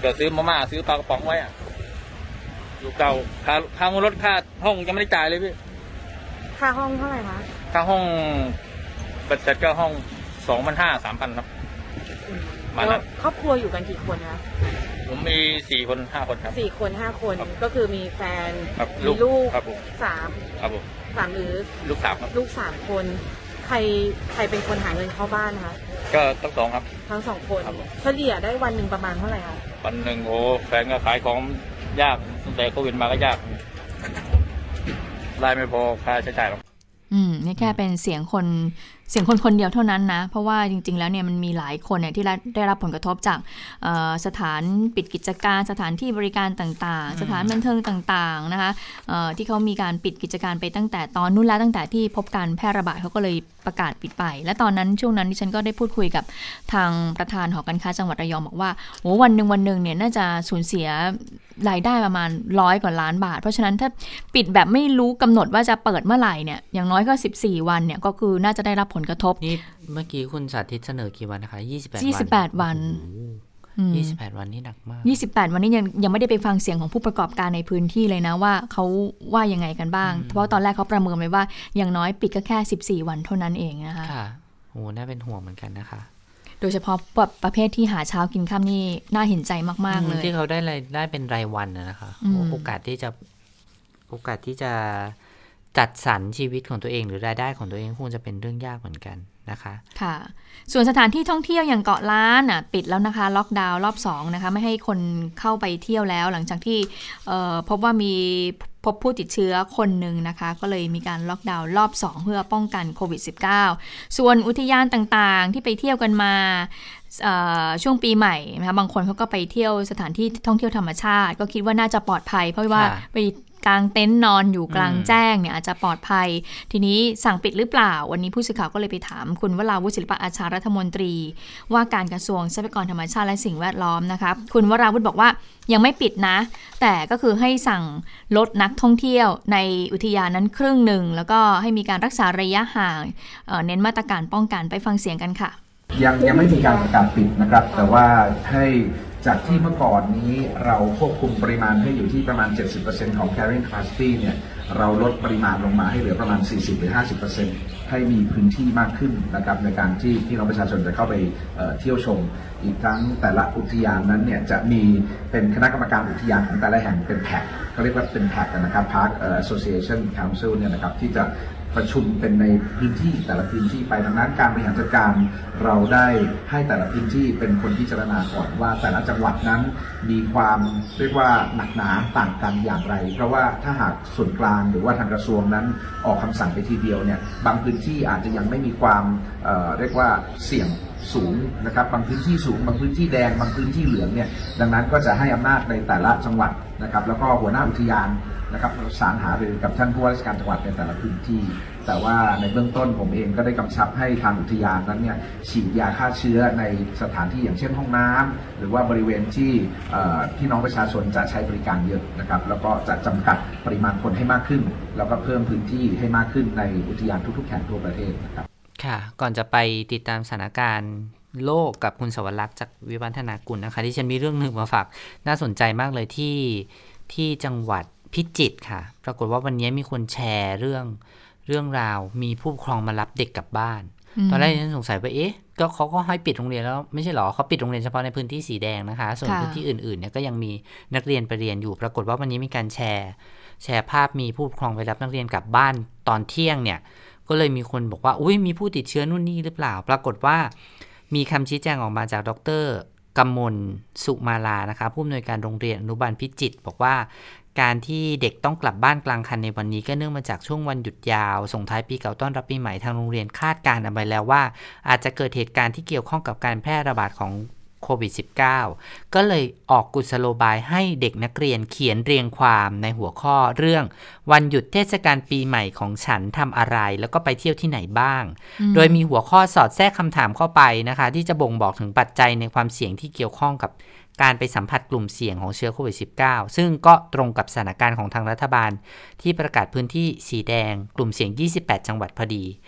Speaker 8: ก็ซื้อมาม่าซื้อปลากระป๋องไว้อะอยู่เก่าค่าค่างรถค่าห้องยังไม่ได้จ่ายเลยพี่
Speaker 7: ค่าห้องเท่าไหร่คะ
Speaker 8: ค่าห้องบัตรจัดก็ห้องสองพันห้าสามพันครับ
Speaker 7: มาแล้วครอบครัวอยู่กันกี่คนคะ
Speaker 8: ผมมีสี่คนห้าคนครับ
Speaker 7: สี่คนห้าคนก็คือมีแฟน
Speaker 8: มี
Speaker 7: ลูกสาม
Speaker 8: ครับผม
Speaker 7: สามหรือ
Speaker 8: ลูกสามครับ
Speaker 7: ลูกสามคนใครใครเป็นคนหาเงินเข้าบ้านคะ
Speaker 8: ก็ทั้งสองครับ
Speaker 7: ทั้งสองคนเฉลี่ยได้วันหนึ่งประมาณเท่าไหร่คะ
Speaker 8: วันหนึ่งโอ้แฟนก็ขายของยากตั้งแต่โควิดมาก็ยากรายไม่พอค่าใช้จ่ายหรอก
Speaker 2: อืมนี่แค่เป็นเสียงคนเสียงคนคนเดียวเท่านั้นนะเพราะว่าจริงๆแล้วเนี่ยมันมีหลายคนเนี่ยที่ได้รับผลกระทบจากสถานปิดกิจการสถานที่บริการต่างๆสถานบันเทิงต่างๆนะคะที่เขามีการปิดกิจการไปตั้งแต่ตอนนู้นแล้วตั้งแต่ที่พบการแพร่ระบาดเขาก็เลยประกาศปิดไปและตอนนั้นช่วงนั้นดิฉันก็ได้พูดคุยกับทางประธานหอการค้าจังหวัดระยองบอกว่าโอ้วันหนึ่งวันหนึ่งเนี่ยน่าจะสูญเสียรายได้ประมาณร้อยกว่าล้านบาทเพราะฉะนั้นถ้าปิดแบบไม่รู้กำหนดว่าจะเปิดเมื่อไหร่เนี่ยอย่างน้อยก็สิบสี่วันเนี่ยก็คือน่าจะได้รับผลกระทบ
Speaker 3: นี่เมื่อกี้คุณสาธิตเสนอกี่วันนะคะยี่สิบแปดวัน
Speaker 2: ยี่สิบแปดวัน
Speaker 3: ยี่สิบแปดวันนี่หนักมาก
Speaker 2: ยี่สิบแปดวันนี้ยังยังไม่ได้ไปฟังเสียงของผู้ประกอบการในพื้นที่เลยนะว่าเขาว่ายังไงกันบ้างเพราะตอนแรกเขาประเมินไว้ว่าอย่างน้อยปิดก็แค่สิบสี่วันเท่านั้นเองนะคะ
Speaker 3: ค่ะโอ้น่าเป็นห่วงเหมือนกันนะคะ
Speaker 2: โดยเฉพาะแบบประเภทที่หาเช้ากินค่ำนี่น่าเห็นใจมากๆเลย
Speaker 3: ที่เขาได้รายได้เป็นรายวันนะคะโอกาสที่จะโอกาสที่จะจัดสรรชีวิตของตัวเองหรือรายได้ของตัวเองคงจะเป็นเรื่องยากเหมือนกันนะคะ
Speaker 2: ค่ะส่วนสถานที่ท่องเที่ยวอย่างเกาะล้านอ่ะปิดแล้วนะคะล็อกดาวน์รอบสองนะคะไม่ให้คนเข้าไปเที่ยวแล้วหลังจากที่พบว่ามีพบผู้ติดเชื้อคนหนึ่งนะคะก็เลยมีการล็อกดาวน์รอบสองเพื่อป้องกันโควิด สิบเก้า ส่วนอุทยานต่างๆที่ไปเที่ยวกันมาช่วงปีใหม่นะคะบางคนเขาก็ไปเที่ยวสถานที่ท่องเที่ยวธรรมชาติก็คิดว่าน่าจะปลอดภัยเพราะว่าไปกางเต็นท์นอนอยู่กลางแจ้งเนี่ยอาจจะปลอดภัยทีนี้สั่งปิดหรือเปล่าวันนี้ผู้สื่อข่าวก็เลยไปถามคุณวราวุฒิศิลปะอาชารัฐมนตรีว่าการกระทรวงทรัพยากรธรรมชาติและสิ่งแวดล้อมนะคะคุณวราวุฒิบอกว่ายังไม่ปิดนะแต่ก็คือให้สั่งลดนักท่องเที่ยวในอุทยานนั้นครึ่งหนึ่งแล้วก็ให้มีการรักษาระยะห่าง เอ่อ เน้นมาตรการป้องกันไปฟังเสียงกันค่ะ
Speaker 6: ยังยังไม่มีการประกาศปิดนะครับแต่ว่าให้จากที่เมื่อก่อนนี้เราควบคุมปริมาณให้อยู่ที่ประมาณ เจ็ดสิบเปอร์เซ็นต์ ของ carrying capacity เนี่ยเราลดปริมาณลงมาให้เหลือประมาณ สี่สิบหรือห้าสิบเปอร์เซ็นต์ ให้มีพื้นที่มากขึ้นนะครับในการที่พี่น้องประชาชนจะเข้าไปเอ่อเที่ยวชมอีกทั้งแต่ละอุทยานนั้นเนี่ยจะมีเป็นคณะกรรมการอุทยานของแต่ละแห่งเป็นแพ็คเขาเรียกว่าเป็นแพ็คนะครับ Park Association Council เนี่ยนะครับที่จะประชุมเป็นในพื้นที่แต่ละพื้นที่ไปดังนั้นการบริหารจัดการเราได้ให้แต่ละพื้นที่เป็นคนพิจารณาก่อนว่าแต่ละจังหวัดนั้นมีความเรียกว่าหนักหนาต่างกันอย่างไรเพราะว่าถ้าหากส่วนกลางหรือว่าทางกระทรวงนั้นออกคำสั่งไปทีเดียวเนี่ยบางพื้นที่อาจจะยังไม่มีความ เอ่อ เรียกว่าเสี่ยงสูงนะครับบางพื้นที่สูงบางพื้นที่แดงบางพื้นที่เหลืองเนี่ยดังนั้นก็จะให้อำนาจในแต่ละจังหวัดนะครับแล้วก็หัวหน้าอุทยานนะครับประสานหารือกับท่านผู้ว่าราชการจังหวัดในแต่ละพื้นที่แต่ว่าในเบื้องต้นผมเองก็ได้กำชับให้ทางอุทยานนั้นเนี่ยฉีดยาฆ่าเชื้อในสถานที่อย่างเช่นห้องน้ำหรือว่าบริเวณที่พี่น้องประชาชนจะใช้บริการเยอะนะครับแล้วก็จะจำกัดปริมาณคนให้มากขึ้นแล้วก็เพิ่มพื้นที่ให้มากขึ้นในอุทยานทุกๆแห่งทั่วประเทศนะครับ
Speaker 3: ค่ะก่อนจะไปติดตามสถานการณ์โลกกับคุณสวรักษ์จากวิวัฒนากุลนะคะที่ฉันมีเรื่องหนึ่งมาฝากน่าสนใจมากเลยที่ที่จังหวัดพิจิตรค่ะปรากฏว่าวันนี้มีคนแชร์เรื่องเรื่องราวมีผู้ปกครองมารับเด็กกลับบ้านตอนแรกฉันสงสัยว่าเอ๊ะก็เขาก็ให้ปิดโรงเรียนแล้วไม่ใช่หรอเขาปิดโรงเรียนเฉพาะในพื้นที่สีแดงนะคะส่วนพื้นที่อื่นๆเนี่ยก็ยังมีนักเรียนไปเรียนอยู่ปรากฏว่าวันนี้มีการแชร์แชร์ภาพมีผู้ปกครองไปรับนักเรียนกลับบ้านตอนเที่ยงเนี่ยก็เลยมีคนบอกว่าอุ้ยมีผู้ติดเชื้อนู่นนี่หรือเปล่าปรากฏว่ามีคำชี้แจงออกมาจากดร.กมลสุมาลานะคะผู้อำนวยการโรงเรียนอนุบาลพิจิตรบอกว่าการที่เด็กต้องกลับบ้านกลางคันในวันนี้ก็เนื่องมาจากช่วงวันหยุดยาวส่งท้ายปีเก่าต้อนรับปีใหม่ทางโรงเรียนคาดการณ์เอาไว้แล้วว่าอาจจะเกิดเหตุการณ์ที่เกี่ยวข้องกับการแพร่ระบาดของโควิด สิบเก้า ก็เลยออกกุศโลบายให้เด็กนักเรียนเขียนเรียงความในหัวข้อเรื่องวันหยุดเทศกาลปีใหม่ของฉันทำอะไรแล้วก็ไปเที่ยวที่ไหนบ้างโดยมีหัวข้อสอดแทรกคำถามเข้าไปนะคะที่จะบ่งบอกถึงปัจจัยในความเสี่ยงที่เกี่ยวข้องกับการไปสัมผัสกลุ่มเสี่ยงของเชื้อโควิด สิบเก้า ซึ่งก็ตรงกับสถานการณ์ของทางรัฐบาลที่ประกาศพื้นที่สีแดงกลุ่มเสี่ยงยี่สิบแปดจังหวัดพอดี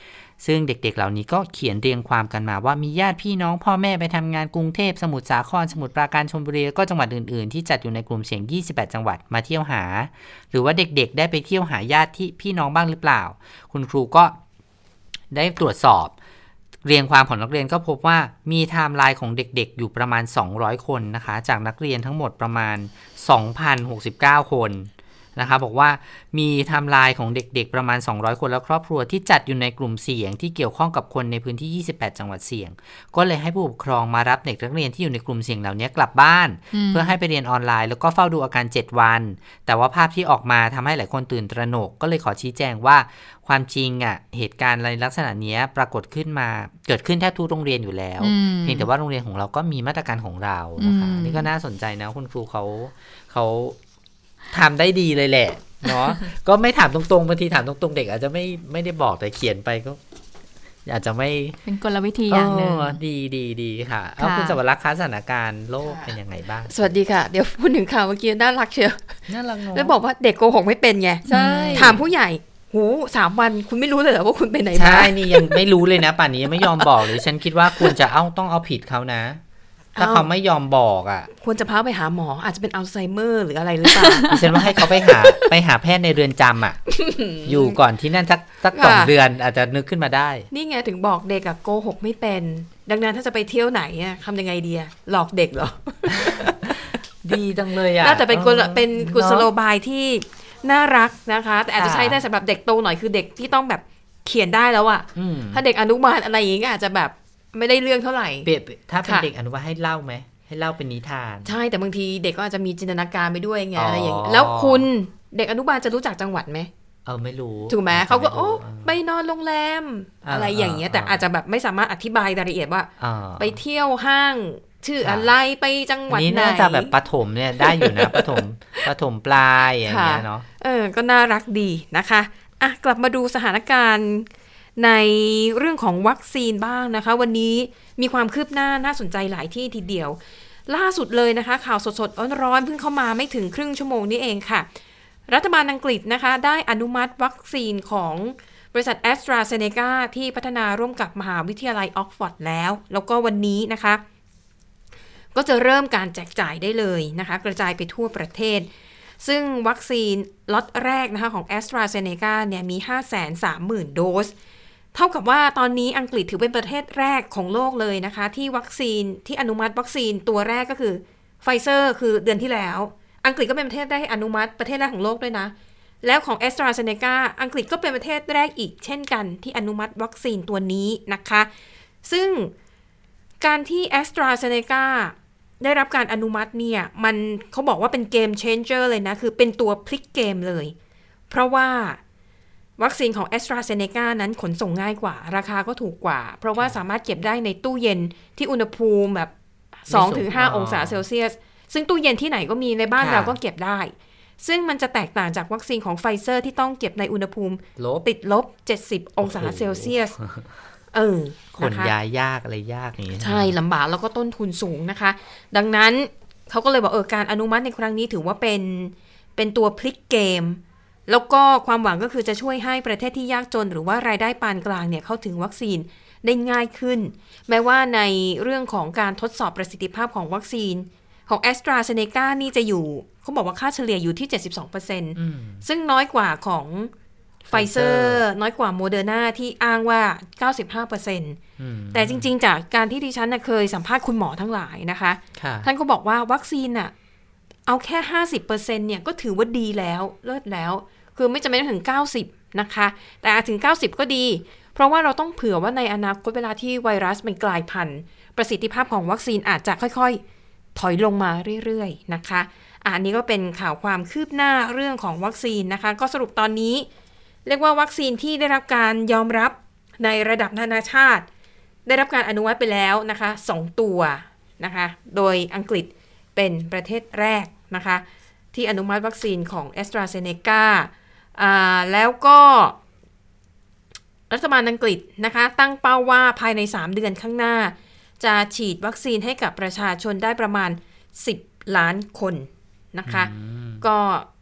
Speaker 3: ซึ่งเด็กๆเหล่านี้ก็เขียนเรียงความกันมาว่ามีญาติพี่น้องพ่อแม่ไปทำงานกรุงเทพสมุทรสาครสมุทรปราการชลบุรีก็จังหวัดอื่นๆที่จัดอยู่ในกลุ่มเสี่ยงยี่สิบแปดจังหวัดมาเที่ยวหาหรือว่าเด็กๆได้ไปเที่ยวหาญาติที่พี่น้องบ้างหรือเปล่าคุณครูก็ได้ตรวจสอบเรียงความของนักเรียนก็พบว่ามีไทม์ไลน์ของเด็กๆอยู่ประมาณสองร้อยคนนะคะจากนักเรียนทั้งหมดประมาณ สองพันหกสิบเก้า คนนะคะบอกว่ามีไทม์ไลน์ของเด็กๆประมาณสองร้อยคนและครอบครัวที่จัดอยู่ในกลุ่มเสี่ยงที่เกี่ยวข้องกับคนในพื้นที่ยี่สิบแปดจังหวัดเสี่ยงก็เลยให้ผู้ปกครองมารับเด็กนักเรียนที่อยู่ในกลุ่มเสี่ยงเหล่านี้กลับบ้านเพื่อให้ไปเรียนออนไลน์แล้วก็เฝ้าดูอาการเจ็ดวันแต่ว่าภาพที่ออกมาทำให้หลายคนตื่นตระหนกก็เลยขอชี้แจงว่าความจริงอ่ะเหตุการณ์ในลักษณะนี้ปรากฏขึ้นมาเกิดขึ้นแทบทุกโรงเรียนอยู่แล้วเพียงแต่ว่าโรงเรียนของเราก็มีมาตรการของเรานะคะนี่ก็น่าสนใจนะคุณครูเขาเขาทำได้ดีเลยแหละเนาะ ก็ไม่ถามตรงๆบางทีถามตรงๆเด็กอาจจะไม่ไม่ได้บอกแต่เขียนไปก็อาจจะไม่
Speaker 2: เป็นกลวิธีอย่างนึง
Speaker 3: ดีดีดีค่ะเอาคุณสวรักษ์คะสถานการณ์โลกเป็นยังไงบ้าง
Speaker 9: สวัสดีค่ะเดี๋ยวพูดถึงข่าวเมื่อกี้น่ารักเชียว
Speaker 3: น่ารักเนาะ
Speaker 9: แล้วบอกว่าเด็กโกหกไม่เป็นไงใช่ถามผู้ใหญ่หูสามวันคุณไม่รู้เลยเหรอว่าคุณไปไหนมา
Speaker 3: ใช่นี่ยังไม่รู้เลยนะป่านนี้ยังไม่ยอมบอกเลยฉันคิดว่าควรจะเอาต้องเอาผิดเขานะถ้าเขาไม่ยอมบอกอ่ะ
Speaker 9: ควรจะพาไปหาหมออาจจะเป็นอัลไซเมอร์หรืออะไรหรือเปล่า
Speaker 3: ฉันว่าให้เขาไปหาไปหาแพทย์ในเรือนจำอ่ะ อยู่ก่อนที่นั่นสักสักสองเดือนอาจจะนึกขึ้นมาได้
Speaker 9: นี่ไงถึงบอกเด็กอะโกหกไม่เป็นดังนั้นถ้าจะไปเที่ยวไหนอะทำยังไงดีอะหลอกเด็กเหรอ
Speaker 3: ดีจังเลยอ่ะ
Speaker 9: น่าจะเป็นเป็นกุศโลบายที่น่ารักนะคะแต่อาจจะใช้ได้สำหรับเด็กโตหน่อยคือเด็กที่ต้องแบบเขียนได้แล้วอะถ้าเด็กอนุบาลอะไรอย่างงี้ก็อาจจะแบบไม่ได้เรื่องเท่าไหร่
Speaker 3: ถ้าเป็นเด็กอนุบาลให้เล่าไหมให้เล่าเป็นนิทาน
Speaker 9: ใช่แต่บางทีเด็กก็อาจจะมีจินตนาการไปด้วยไงอะไรอย่างนี้แล้วคุณเด็กอนุบาลจะรู้จักจังหวัดไหม
Speaker 3: เออไม่รู้
Speaker 9: ถูกไหมเขาก็โอ้ไปนอนโรงแรมอะไรอย่างเงี้ยแต่อาจจะแบบไม่สามารถอธิบายรายละเอียดว่าไปเที่ยวห้างชื่ออะไรไปจังหวัดไหนนี่
Speaker 3: น่าจะแบบประถมเนี่ยได้อยู่นะประถมประถมปลายอย่างเงี้ยเนาะ
Speaker 9: เออก็น่ารักดีนะคะอ่ะกลับมาดูสถานการณ์ในเรื่องของวัคซีนบ้างนะคะวันนี้มีความคืบหน้าน่าสนใจหลายที่ทีเดียวล่าสุดเลยนะคะข่าวสดๆร้อนๆเพิ่งเข้ามาไม่ถึงครึ่งชั่วโมงนี้เองค่ะรัฐบาลอังกฤษนะคะได้อนุมัติวัคซีนของบริษัท AstraZeneca ที่พัฒนาร่วมกับมหาวิทยาลัยออกฟอร์ดแล้วแล้วก็วันนี้นะคะก็จะเริ่มการแจกจ่ายได้เลยนะคะกระจายไปทั่วประเทศซึ่งวัคซีนล็อตแรกนะคะของ AstraZeneca เนี่ยมี ห้าแสนสามหมื่น โดสเท่ากับว่าตอนนี้อังกฤษถือเป็นประเทศแรกของโลกเลยนะคะที่วัคซีนที่อนุมัติวัคซีนตัวแรกก็คือไฟเซอร์คือเดือนที่แล้วอังกฤษก็เป็นประเทศแรกที่อนุมัติประเทศแรกของโลกด้วยนะแล้วของ AstraZeneca อังกฤษก็เป็นประเทศแรกอีกเช่นกันที่อนุมัติวัคซีนตัวนี้นะคะซึ่งการที่ AstraZeneca ได้รับการอนุมัติเนี่ยมันเขาบอกว่าเป็นเกมเชนเจอร์เลยนะคือเป็นตัวพลิกเกมเลยเพราะว่าวัคซีนของ AstraZeneca นั้นขนส่งง่ายกว่าราคาก็ถูกกว่าเพราะว่าสามารถเก็บได้ในตู้เย็นที่อุณหภูมิแบบ สองถึงห้า องศาเซลเซียสซึ่งตู้เย็นที่ไหนก็มีในบ้านเราก็เก็บได้ซึ่งมันจะแตกต่างจากวัคซีนของไฟเซอร์ที่ต้องเก็บในอุณหภูมิติดลบเจ็ดสิบองศาเซลเซียสเออ
Speaker 3: ขนย้ายยากอะไรยากนี่
Speaker 9: ใช่ลำบากแล้วก็ต้นทุนสูงนะคะดังนั้นเขาก็เลยบอกเออการอนุมัติในครั้งนี้ถือว่าเป็นเป็นตัวพลิกเกมแล้วก็ความหวังก็คือจะช่วยให้ประเทศที่ยากจนหรือว่ารายได้ปานกลางเนี่ยเข้าถึงวัคซีนได้ง่ายขึ้นแม้ว่าในเรื่องของการทดสอบประสิทธิภาพของวัคซีนของ AstraZeneca นี่จะอยู่เขาบอกว่าค่าเฉลี่ยอยู่ที่ เจ็ดสิบสองเปอร์เซ็นต์ ซึ่งน้อยกว่าของไฟเซอร์น้อยกว่าโมเดอร์นาที่อ้างว่า เก้าสิบห้าเปอร์เซ็นต์ แต่จริงๆจากการที่ดิฉันเคยสัมภาษณ์คุณหมอทั้งหลายนะคะท่านก็บอกว่าวัคซีนน่ะเอาแค่ ห้าสิบเปอร์เซ็นต์ เนี่ยก็ถือว่าดีแล้วเลิศแล้วคือไม่จำเป็นต้องถึงเก้าสิบนะคะแต่อาจถึงเก้าสิบก็ดีเพราะว่าเราต้องเผื่อว่าในอนาคตเวลาที่ไวรัสมันกลายพันธุ์ประสิทธิภาพของวัคซีนอาจจะค่อยๆถอยลงมาเรื่อยๆนะคะอันนี้ก็เป็นข่าวความคืบหน้าเรื่องของวัคซีนนะคะก็สรุปตอนนี้เรียกว่าวัคซีนที่ได้รับการยอมรับในระดับนานาชาติได้รับการอนุมัติไปแล้วนะคะสองตัวนะคะโดยอังกฤษเป็นประเทศแรกนะคะที่อนุมัติวัคซีนของ AstraZeneca อ่าแล้วก็รัฐบาลอังกฤษนะคะตั้งเป้าว่าภายในสามเดือนข้างหน้าจะฉีดวัคซีนให้กับประชาชนได้ประมาณสิบล้านคนนะคะก็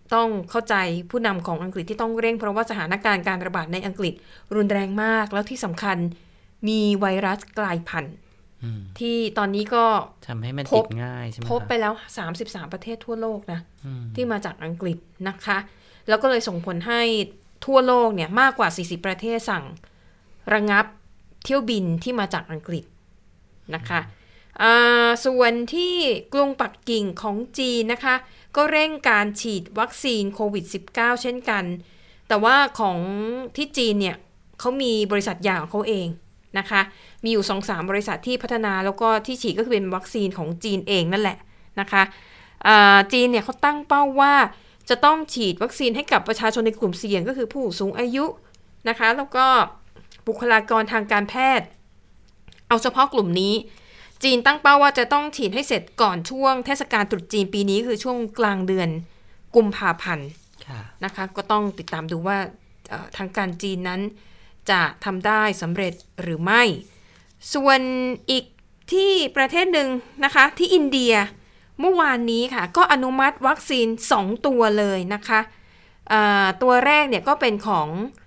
Speaker 9: ต้องเข้าใจผู้นำของอังกฤษที่ต้องเร่งเพราะว่าสถานการณ์การระบาดในอังกฤษรุนแรงมากแล้วที่สำคัญมีไวรัสกลายพันธุ์ที่ตอนนี้ก็
Speaker 3: ทำให้มันติดง่ายใช่ไหม
Speaker 9: พบไปแล้วสามสิบสามประเทศทั่วโลกนะที่มาจากอังกฤษนะคะแล้วก็เลยส่งผลให้ทั่วโลกเนี่ยมากกว่าสี่สิบประเทศสั่งระงับเที่ยวบินที่มาจากอังกฤษนะคะส่วนที่กรุงปักกิ่งของจีนนะคะก็เร่งการฉีดวัคซีนโควิด สิบเก้า เช่นกันแต่ว่าของที่จีนเนี่ยเขามีบริษัทอย่างของเขาเองนะคะมีอยู่ สองถึงสาม บริษัทที่พัฒนาแล้วก็ที่ฉีดก็คือเป็นวัคซีนของจีนเองนั่นแหละนะคะจีนเนี่ยเขาตั้งเป้าว่าจะต้องฉีดวัคซีนให้กับประชาชนในกลุ่มเสี่ยงก็คือผู้สูงอายุนะคะแล้วก็บุคลากรทางการแพทย์เอาเฉพาะกลุ่มนี้จีนตั้งเป้าว่าจะต้องฉีดให้เสร็จก่อนช่วงเทศกาลตรุษจีนปีนี้คือช่วงกลางเดือนกุมภาพันธ์นะคะก็ต้องติดตามดูว่าทางการจีนนั้นจะทำได้สำเร็จหรือไม่ส่วนอีกที่ประเทศหนึ่งนะคะที่อินเดียเมื่อวานนี้ค่ะก็อนุมัติวัคซีนสองตัวเลยนะคะตัวแรกเนี่ยก็เป็นของ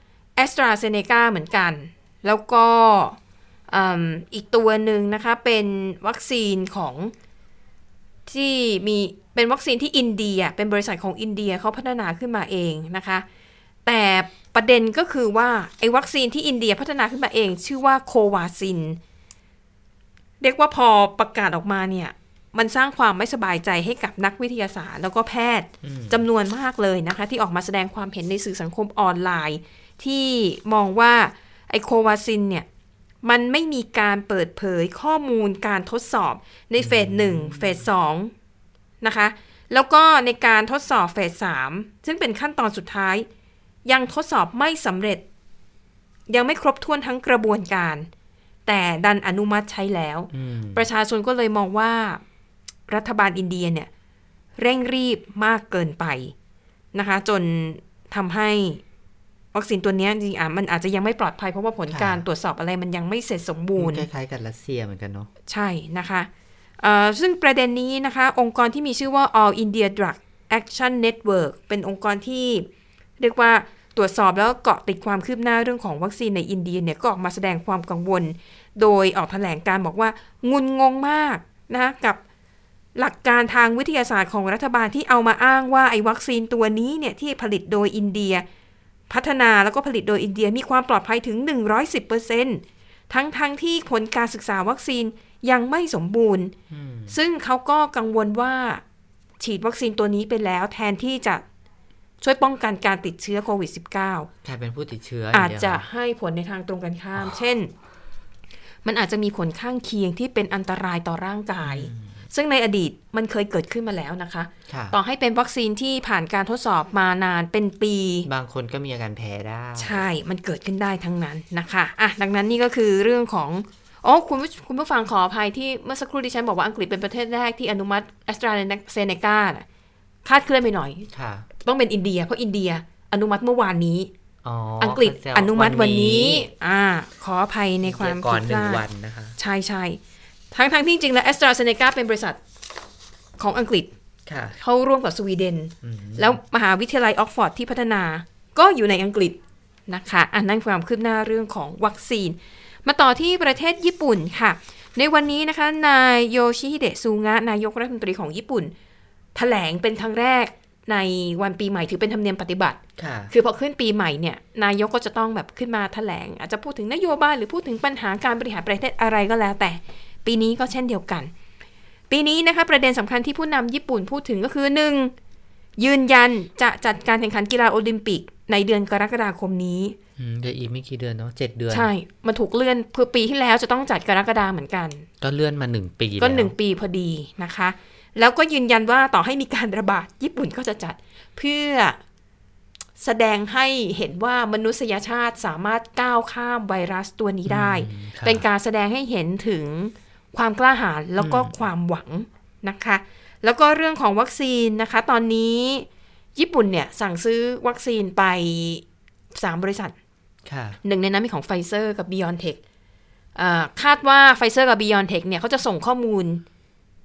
Speaker 9: AstraZeneca เหมือนกันแล้วก็อีกตัวหนึ่งนะคะเป็นวัคซีนของที่มีเป็นวัคซีนที่อินเดียเป็นบริษัทของอินเดียเขาพัฒนาขึ้นมาเองนะคะแต่ประเด็นก็คือว่าไอ้วัคซีนที่อินเดียพัฒนาขึ้นมาเองชื่อว่าโควาซินเรียกว่าพอประกาศออกมาเนี่ยมันสร้างความไม่สบายใจให้กับนักวิทยาศาสตร์แล้วก็แพทย์จำนวนมากเลยนะคะที่ออกมาแสดงความเห็นในสื่อสังคมออนไลน์ที่มองว่าไอ้โควาซินเนี่ยมันไม่มีการเปิดเผยข้อมูลการทดสอบในเฟสหนึ่งเฟสสองนะคะแล้วก็ในการทดสอบเฟสสามซึ่งเป็นขั้นตอนสุดท้ายยังทดสอบไม่สำเร็จยังไม่ครบถ้วนทั้งกระบวนการแต่ดันอนุมัติใช้แล้วประชาชนก็เลยมองว่ารัฐบาลอินเดียเนี่ยเร่งรีบมากเกินไปนะคะจนทำให้วัคซีนตัวนี้จริงๆอ่ะมันอาจจะยังไม่ปลอดภัยเพราะว่าผลการตรวจสอบอะไรมันยังไม่เสร็จสมบูรณ์
Speaker 3: คล้ายๆกับรัสเซียเหมือนกันเนาะ
Speaker 9: ใช่นะคะซึ่งประเด็นนี้นะคะองค์กรที่มีชื่อว่า All India Drug Action Network เป็นองค์กรที่เรียกว่าตรวจสอบแล้วเกาะติดความคืบหน้าเรื่องของวัคซีนในอินเดียเนี่ยก็ออกมาแสดงความกังวลโดยออกแถลงการบอกว่างุนงงมากนะกับหลักการทางวิทยาศาสตร์ของรัฐบาลที่เอามาอ้างว่าไอ้วัคซีนตัวนี้เนี่ยที่ผลิตโดยอินเดียพัฒนาแล้วก็ผลิตโดยอินเดียมีความปลอดภัยถึง หนึ่งร้อยสิบเปอร์เซ็นต์ ทั้งๆ ท, ที่ผลการศึกษาวัคซีนยังไม่สมบูรณ์ซึ่งเขาก็กังวลว่าฉีดวัคซีนตัวนี้ไปแล้วแทนที่จะช่วยป้องกันการติดเชื้อโควิด สิบเก้า
Speaker 3: กลายเป็นผู้ติดเชื้อ
Speaker 9: อาจจะให้ผลในทางตรงกันข้ามเช่นมันอาจจะมีผลข้างเคียงที่เป็นอันตรายต่อร่างกายซึ่งในอดีตมันเคยเกิดขึ้นมาแล้วนะคะต่อให้เป็นวัคซีนที่ผ่านการทดสอบมานานเป็นปี
Speaker 3: บางคนก็มีอาการแพ้ได้
Speaker 9: ใช่มันเกิดขึ้นได้ทั้งนั้นนะคะอ่ะดังนั้นนี่ก็คือเรื่องของอ๋อคุณผู้คุณผู้ฟังขออภัยที่เมื่อสักครู่ที่ฉันบอกว่าอังกฤษเป็นประเทศแรกที่อนุมัติ AstraZeneca คาดเคลื่อนไปหน่อยต้องเป็นอินเดียเพราะอินเดียอนุมัติเมื่อวานนี้อังกฤษอนุมัติวันนี้อ่าขออภัยในความผิดพลาดนะคะใช่ใช่ทั้งทั้งที่จริงแล้ว AstraZeneca เป็นบริษัทของอังกฤษเขาร่วมกับสวีเดนแล้วมหาวิทยาลัยออกฟอร์ดที่พัฒนาก็อยู่ในอังกฤษนะคะอันนั้นความคืบหน้าเรื่องของวัคซีนมาต่อที่ประเทศญี่ปุ่นค่ะในวันนี้นะคะนายโยชิฮิเดะซูงะนายกรัฐมนตรีของญี่ปุ่นแถลงเป็นครั้งแรกในวันปีใหม่ถือเป็นธรรมเนียมปฏิบัติคือพอขึ้นปีใหม่เนี่ยนายกก็จะต้องแบบขึ้นมาแถลงอาจจะพูดถึงนโยบายหรือพูดถึงปัญหาการบริหารประเทศอะไรก็แล้วแต่ปีนี้ก็เช่นเดียวกันปีนี้นะคะประเด็นสำคัญที่ผู้นำญี่ปุ่นพูดถึงก็คือหนึ่งยืนยันจะจัดการแข่งขันกีฬาโอลิมปิกในเดือนกรกฎาคมนี้
Speaker 3: เดี๋ยวอีกไม่กี่เดือนเนาะเจ็ดเดือน
Speaker 9: ใช่มันถูกเลื่อนเพื่อปีที่แล้วจะต้องจัดกรกฎาเหมือนกัน
Speaker 3: ก็เลื่อนมาหนึ่งปี
Speaker 9: ก็หนึ่งปีพอดีนะคะแล้วก็ยืนยันว่าต่อให้มีการระบาดญี่ปุ่นก็จะจัดเพื่อแสดงให้เห็นว่ามนุษยชาติสามารถก้าวข้ามไวรัสตัวนี้ได้เป็นการแสดงให้เห็นถึงความกล้าหาญแล้วก็ความหวังนะคะแล้วก็เรื่องของวัคซีนนะคะตอนนี้ญี่ปุ่นเนี่ยสั่งซื้อวัคซีนไปสามบริษัทหนึ่งในนั้นมีของ Pfizer กับ BioNTech คาดว่า Pfizer กับ BioNTech เนี่ยเขาจะส่งข้อมูล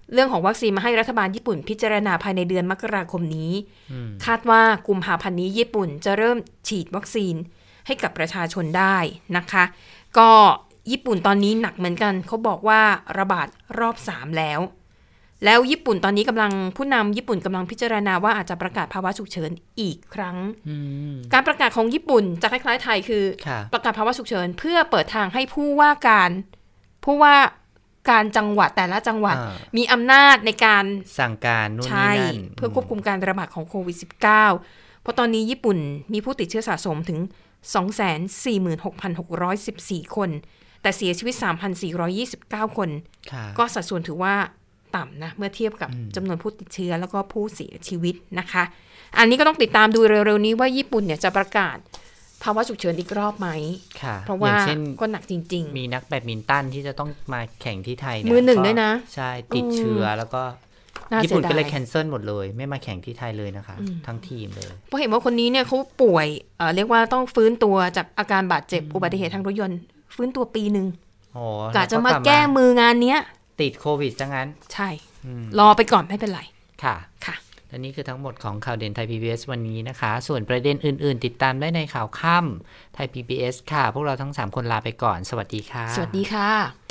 Speaker 9: เรื่องของวัคซีนมาให้รัฐบาลญี่ปุ่นพิจารณาภายในเดือนมกราคมนี้คาดว่ากุมภาพันธ์นี้ญี่ปุ่นจะเริ่มฉีดวัคซีนให้กับประชาชนได้นะคะก็ญี่ปุ่นตอนนี้หนักเหมือนกันเขาบอกว่าระบาดรอบสามแล้วแล้วญี่ปุ่นตอนนี้กำลังผู้นำญี่ปุ่นกำลังพิจารณาว่าอาจจะประกาศภาวะฉุกเฉินอีกครั้งการประกาศของญี่ปุ่นจะคล้ายๆไทยคือประกาศภาวะฉุกเฉินเพื่อเปิดทางให้ผู้ว่าการผู้ว่าการจังหวัดแต่ละจังหวัดมีอำนาจในการ
Speaker 3: สั่งการนู่นนี่นั่น
Speaker 9: เพื่อควบคุมการระบาดของโควิด สิบเก้า เพราะตอนนี้ญี่ปุ่นมีผู้ติดเชื้อสะสมถึง สองแสนสี่หมื่นหกพันหกร้อยสิบสี่ คนแต่เสียชีวิต สามพันสี่ร้อยยี่สิบเก้า คนก็สัดส่วนถือว่าต่ำนะเมื่อเทียบกับจำนวนผู้ติดเชื้อแล้วก็ผู้เสียชีวิตนะคะอันนี้ก็ต้องติดตามดูเร็วๆนี้ว่าญี่ปุ่นเนี่ยจะประกาศภาวะฉุกเฉินอีกรอบไหมเพราะว่าก็หนักจริง
Speaker 3: ๆมีนักแบดมินตันที่จะต้องมาแข่งที่ไทยเนี่ย
Speaker 9: มือหนึ่งด้วยนะ
Speaker 3: ใช่ติดเชื้อแล้วก็ญี่ปุ่นก็เลยแคนเซิลหมดเลยไม่มาแข่งที่ไทยเลยนะคะทั้งทีมเลย
Speaker 9: เพราะเห็นว่าคนนี้เนี่ยเขาป่วยเอ่อเรียกว่าต้องฟื้นตัวจากอาการบาดเจ็บอุบัติเหตุทางรถยนต์ฟื้นตัวปีนึง
Speaker 3: โอ้
Speaker 9: กะจะมาแก้มืองานเนี้ย
Speaker 3: ติดโควิดซะงั้น
Speaker 9: ใช่รอไปก่อนไม่เป็นไร
Speaker 3: ค่ะ
Speaker 9: ค่ะ
Speaker 3: และนี่คือทั้งหมดของข่าวเด่นไทย พี บี เอส วันนี้นะคะส่วนประเด็นอื่นๆติดตามได้ในข่าวค่ำไทย พี บี เอส ค่ะพวกเราทั้งสามคนลาไปก่อนสวัสดีค่ะ
Speaker 9: สวัสดีค่ะ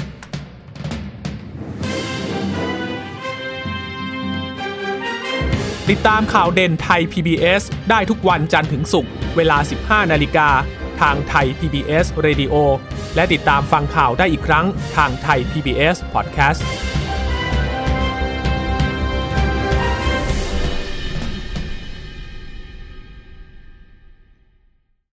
Speaker 1: ติดตามข่าวเด่นไทย พี บี เอส ได้ทุกวันจันทร์ถึงศุกร์เวลา สิบห้านาฬิกาทางไทย พี บี เอส Radio และติดตามฟังข่าวได้อีกครั้งทางไทย พี บี เอส Podcast